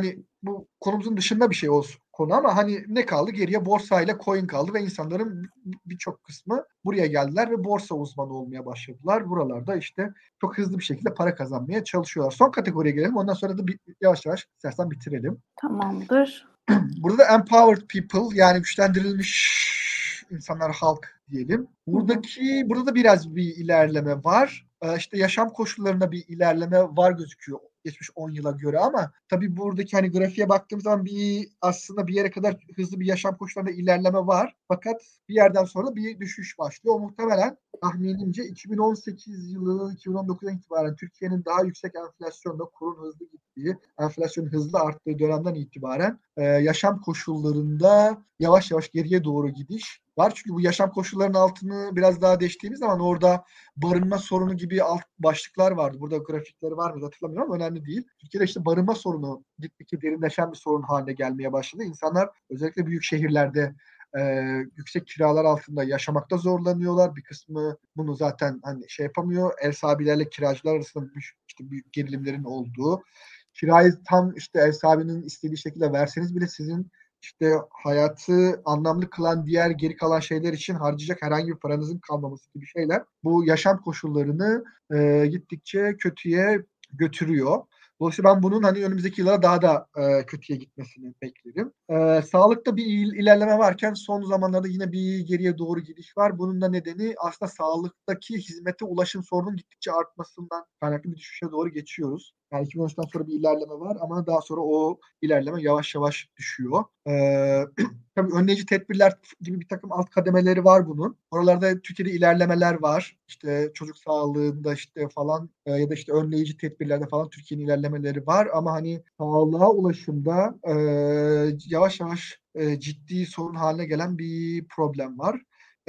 bu konumuzun dışında bir şey olsun konu ama hani ne kaldı? Geriye borsayla coin kaldı ve insanların birçok kısmı buraya geldiler ve borsa uzmanı olmaya başladılar. Buralarda işte çok hızlı bir şekilde para kazanmaya çalışıyorlar. Son kategoriye gelelim. Ondan sonra da bir, yavaş yavaş istersen bitirelim. Tamamdır. Burada da empowered people, yani güçlendirilmiş insanlar, halk diyelim. Buradaki, burada da biraz bir ilerleme var. Ee, işte yaşam koşullarında bir ilerleme var gözüküyor geçmiş on yıla göre ama tabii buradaki hani grafiğe baktığım zaman bir aslında bir yere kadar hızlı bir yaşam koşullarında ilerleme var. Fakat bir yerden sonra bir düşüş başlıyor. O muhtemelen tahminimce iki bin on sekiz yılı, iki bin on dokuzdan itibaren Türkiye'nin daha yüksek enflasyonda, kurun hızlı gittiği, enflasyonun hızlı arttığı dönemden itibaren e, yaşam koşullarında yavaş yavaş geriye doğru gidiş var. Çünkü bu yaşam koşullarının altını biraz daha değiştiğimiz zaman orada barınma sorunu gibi alt başlıklar vardı. Burada grafikleri var mı hatırlamıyorum ama önemli değil. Türkiye'de işte barınma sorunu gittikçe derinleşen bir sorun haline gelmeye başladı. İnsanlar özellikle büyük şehirlerde e, yüksek kiralar altında yaşamakta zorlanıyorlar. Bir kısmı bunu zaten hani şey yapamıyor. Ev sahibilerle kiracılar arasında büyük, işte büyük gerilimlerin olduğu. Kirayı tam işte ev sahibinin istediği şekilde verseniz bile sizin işte hayatı anlamlı kılan diğer geri kalan şeyler için harcayacak herhangi bir paranızın kalmaması gibi şeyler bu yaşam koşullarını e, gittikçe kötüye götürüyor. Dolayısıyla ben bunun hani önümüzdeki yıllara daha da e, kötüye gitmesini beklerim. E, sağlıkta bir il, ilerleme varken son zamanlarda yine bir geriye doğru gidiş var. Bunun da nedeni aslında sağlıktaki hizmete ulaşım sorunun gittikçe artmasından kaynaklı bir düşüşe doğru geçiyoruz. Yani iki bin on üçten sonra bir ilerleme var ama daha sonra o ilerleme yavaş yavaş düşüyor. Ee, tabii önleyici tedbirler gibi bir takım alt kademeleri var bunun. Oralarda Türkiye'de ilerlemeler var. İşte çocuk sağlığında işte falan e, ya da işte önleyici tedbirlerde falan Türkiye'nin ilerlemeleri var ama hani sağlığa ulaşımda e, yavaş yavaş e, ciddi sorun haline gelen bir problem var.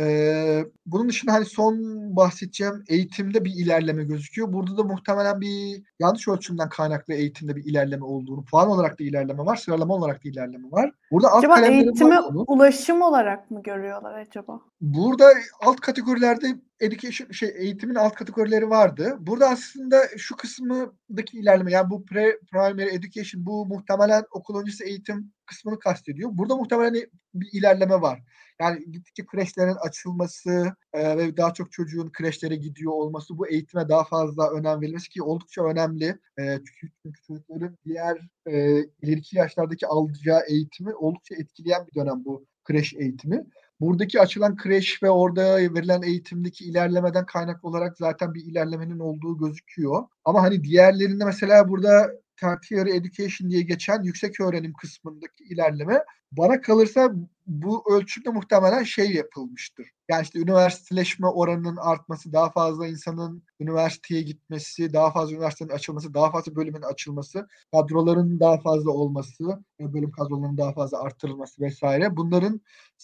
Ee, bunun dışında hani son bahsedeceğim eğitimde bir ilerleme gözüküyor. Burada da muhtemelen bir yanlış ölçümden kaynaklı eğitimde bir ilerleme olduğunu, puan olarak da ilerleme var, sıralama olarak da ilerleme var. Burada alt Acaba kalemlerim var eğitimi bunun. ulaşım olarak mı görüyorlar acaba? Burada alt kategorilerde education şey eğitimin alt kategorileri vardı. Burada aslında şu kısmındaki ilerleme, yani bu pre-primary education, bu muhtemelen okul öncesi eğitim kısmını kastediyor. Burada muhtemelen bir ilerleme var. Yani gittikçe kreşlerin açılması e, ve daha çok çocuğun kreşlere gidiyor olması, bu eğitime daha fazla önem verilmesi ki oldukça önemli. E, çünkü, çünkü çocukların diğer e, ileriki yaşlardaki alacağı eğitimi oldukça etkileyen bir dönem bu kreş eğitimi. Buradaki açılan kreş ve orada verilen eğitimdeki ilerlemeden kaynaklı olarak zaten bir ilerlemenin olduğu gözüküyor. Ama hani diğerlerinde mesela burada tertiary education diye geçen yüksek öğrenim kısmındaki ilerleme bana kalırsa bu ölçümde muhtemelen şey yapılmıştır. Yani işte üniversiteleşme oranının artması, daha fazla insanın üniversiteye gitmesi, daha fazla üniversitenin açılması, daha fazla bölümün açılması, kadroların daha fazla olması, bölüm kadrolarının daha fazla artırılması vesaire. Bunların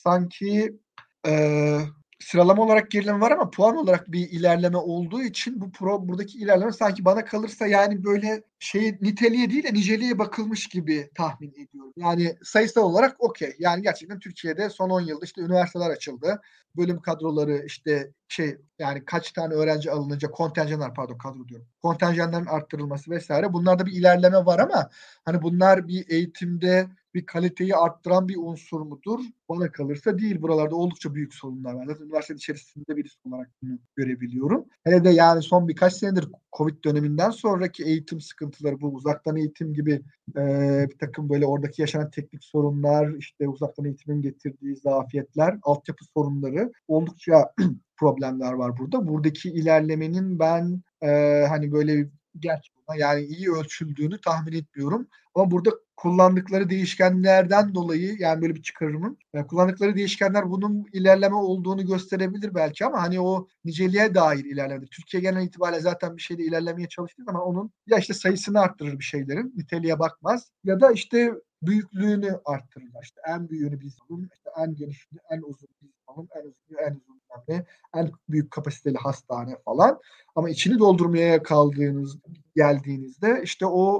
sanki e, sıralama olarak gerileme var ama puan olarak bir ilerleme olduğu için bu pro, buradaki ilerleme sanki bana kalırsa yani böyle şey niteliğe değil de niceliğe bakılmış gibi tahmin ediyorum. Yani sayısal olarak okey. Yani gerçekten Türkiye'de son on yılda işte üniversiteler açıldı. Bölüm kadroları işte şey yani kaç tane öğrenci alınınca kontenjanlar pardon kadro diyorum. Kontenjanların arttırılması vesaire. Bunlarda bir ilerleme var ama hani bunlar bir eğitimde bir kaliteyi arttıran bir unsur mudur? Bana kalırsa değil. Buralarda oldukça büyük sorunlar var. Zaten üniversite içerisinde birisi olarak bunu görebiliyorum. Hele de yani son birkaç senedir Covid döneminden sonraki eğitim sıkıntıları, bu uzaktan eğitim gibi e, bir takım böyle oradaki yaşanan teknik sorunlar, işte uzaktan eğitimin getirdiği zafiyetler, altyapı sorunları, oldukça problemler var burada. Buradaki ilerlemenin ben e, hani böyle gerçekten yani iyi ölçüldüğünü tahmin etmiyorum. Ama burada kullandıkları değişkenlerden dolayı yani böyle bir çıkarımın yani kullandıkları değişkenler bunun ilerleme olduğunu gösterebilir belki ama hani o niceliğe dair ilerleme. Türkiye genel itibariyle zaten bir şeyde ilerlemeye çalıştığı zaman onun ya işte sayısını arttırır bir şeylerin, niteliğe bakmaz ya da işte büyüklüğünü arttırırlar. İşte en büyüğünü biz alalım, işte en genişini, en uzun biz alalım, en uzun, en uzun ne, en büyük kapasiteli hastane falan. Ama içini doldurmaya kaldığınız geldiğinizde işte o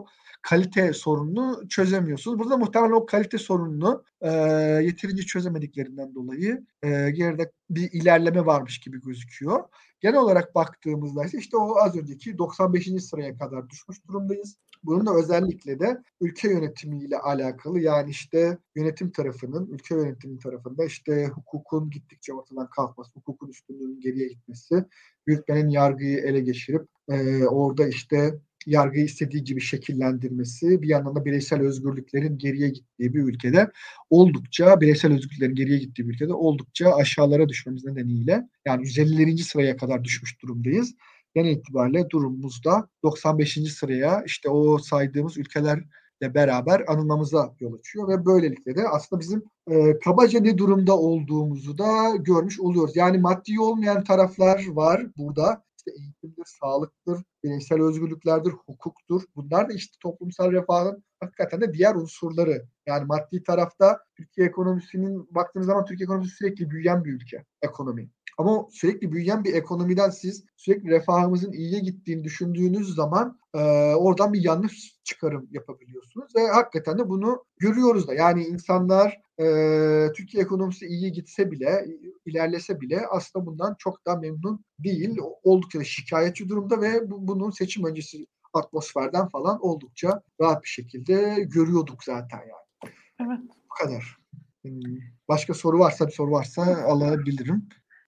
kalite sorununu çözemiyorsunuz. Burada muhtemelen o kalite sorununu e, yeterince çözemediklerinden dolayı e, geride bir ilerleme varmış gibi gözüküyor. Genel olarak baktığımızda ise işte o az önceki doksan beşinci sıraya kadar düşmüş durumdayız. Bunun da özellikle de ülke yönetimiyle alakalı, yani işte yönetim tarafının, ülke yönetimi tarafında işte hukukun gittikçe ortadan kalkması, hukukun üstünlüğünün geriye gitmesi, yürütmenin yargıyı ele geçirip e, orada işte yargıyı istediği gibi şekillendirmesi, bir yandan da bireysel özgürlüklerin geriye gittiği bir ülkede oldukça, bireysel özgürlüklerin geriye gittiği bir ülkede oldukça aşağılara düşmemiz nedeniyle, yani yüz ellilerinci sıraya kadar düşmüş durumdayız. Genel itibariyle durumumuzda doksan beşinci sıraya işte o saydığımız ülkelerle beraber anılmamıza yol açıyor ve böylelikle de aslında bizim e, kabaca ne durumda olduğumuzu da görmüş oluyoruz. Yani maddi olmayan taraflar var burada. İşte eğitimdir, sağlıktır, bireysel özgürlüklerdir, hukuktur. Bunlar da işte toplumsal refahın hakikaten de diğer unsurları. Yani maddi tarafta Türkiye ekonomisinin baktığınız zaman Türkiye ekonomisi sürekli büyüyen bir ülke, ekonomi. Ama sürekli büyüyen bir ekonomiden siz sürekli refahımızın iyiye gittiğini düşündüğünüz zaman e, oradan bir yanlış çıkarım yapabiliyorsunuz. Ve hakikaten de bunu görüyoruz da. Yani insanlar e, Türkiye ekonomisi iyiye gitse bile, ilerlese bile aslında bundan çok da memnun değil. Oldukça da şikayetçi durumda ve bu, bunun seçim öncesi atmosferden falan oldukça rahat bir şekilde görüyorduk zaten yani. Evet. Bu kadar. Başka soru varsa bir soru varsa alabilirim.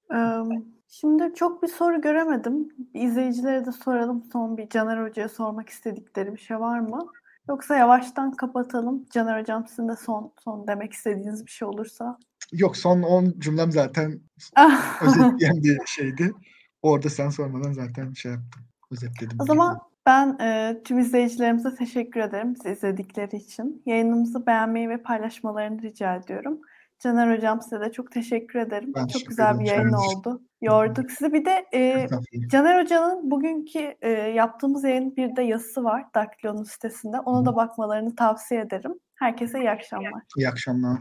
Şimdi çok bir soru göremedim. İzleyicilere de soralım, son bir Caner Hoca'ya sormak istedikleri bir şey var mı? Yoksa yavaştan kapatalım. Caner Hocam, sizin de son son demek istediğiniz bir şey olursa. Yok, son on cümlem zaten özetleyen bir şeydi. Orada sen sormadan zaten şey yaptım. Özetledim. O zaman ben e, tüm izleyicilerimize teşekkür ederim bizi izledikleri için. Yayınımızı beğenmeyi ve paylaşmalarını rica ediyorum. Caner Hocam, size de çok teşekkür ederim. Ben çok teşekkür güzel ederim. bir yayın Şahane. oldu. Yorduk sizi. Bir de e, Caner Hoca'nın bugünkü e, yaptığımız yayının bir de yazısı var Daktilo'nun sitesinde. Ona da bakmalarını tavsiye ederim. Herkese iyi akşamlar. İyi akşamlar.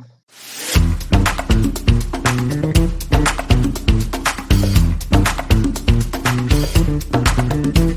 Thank you.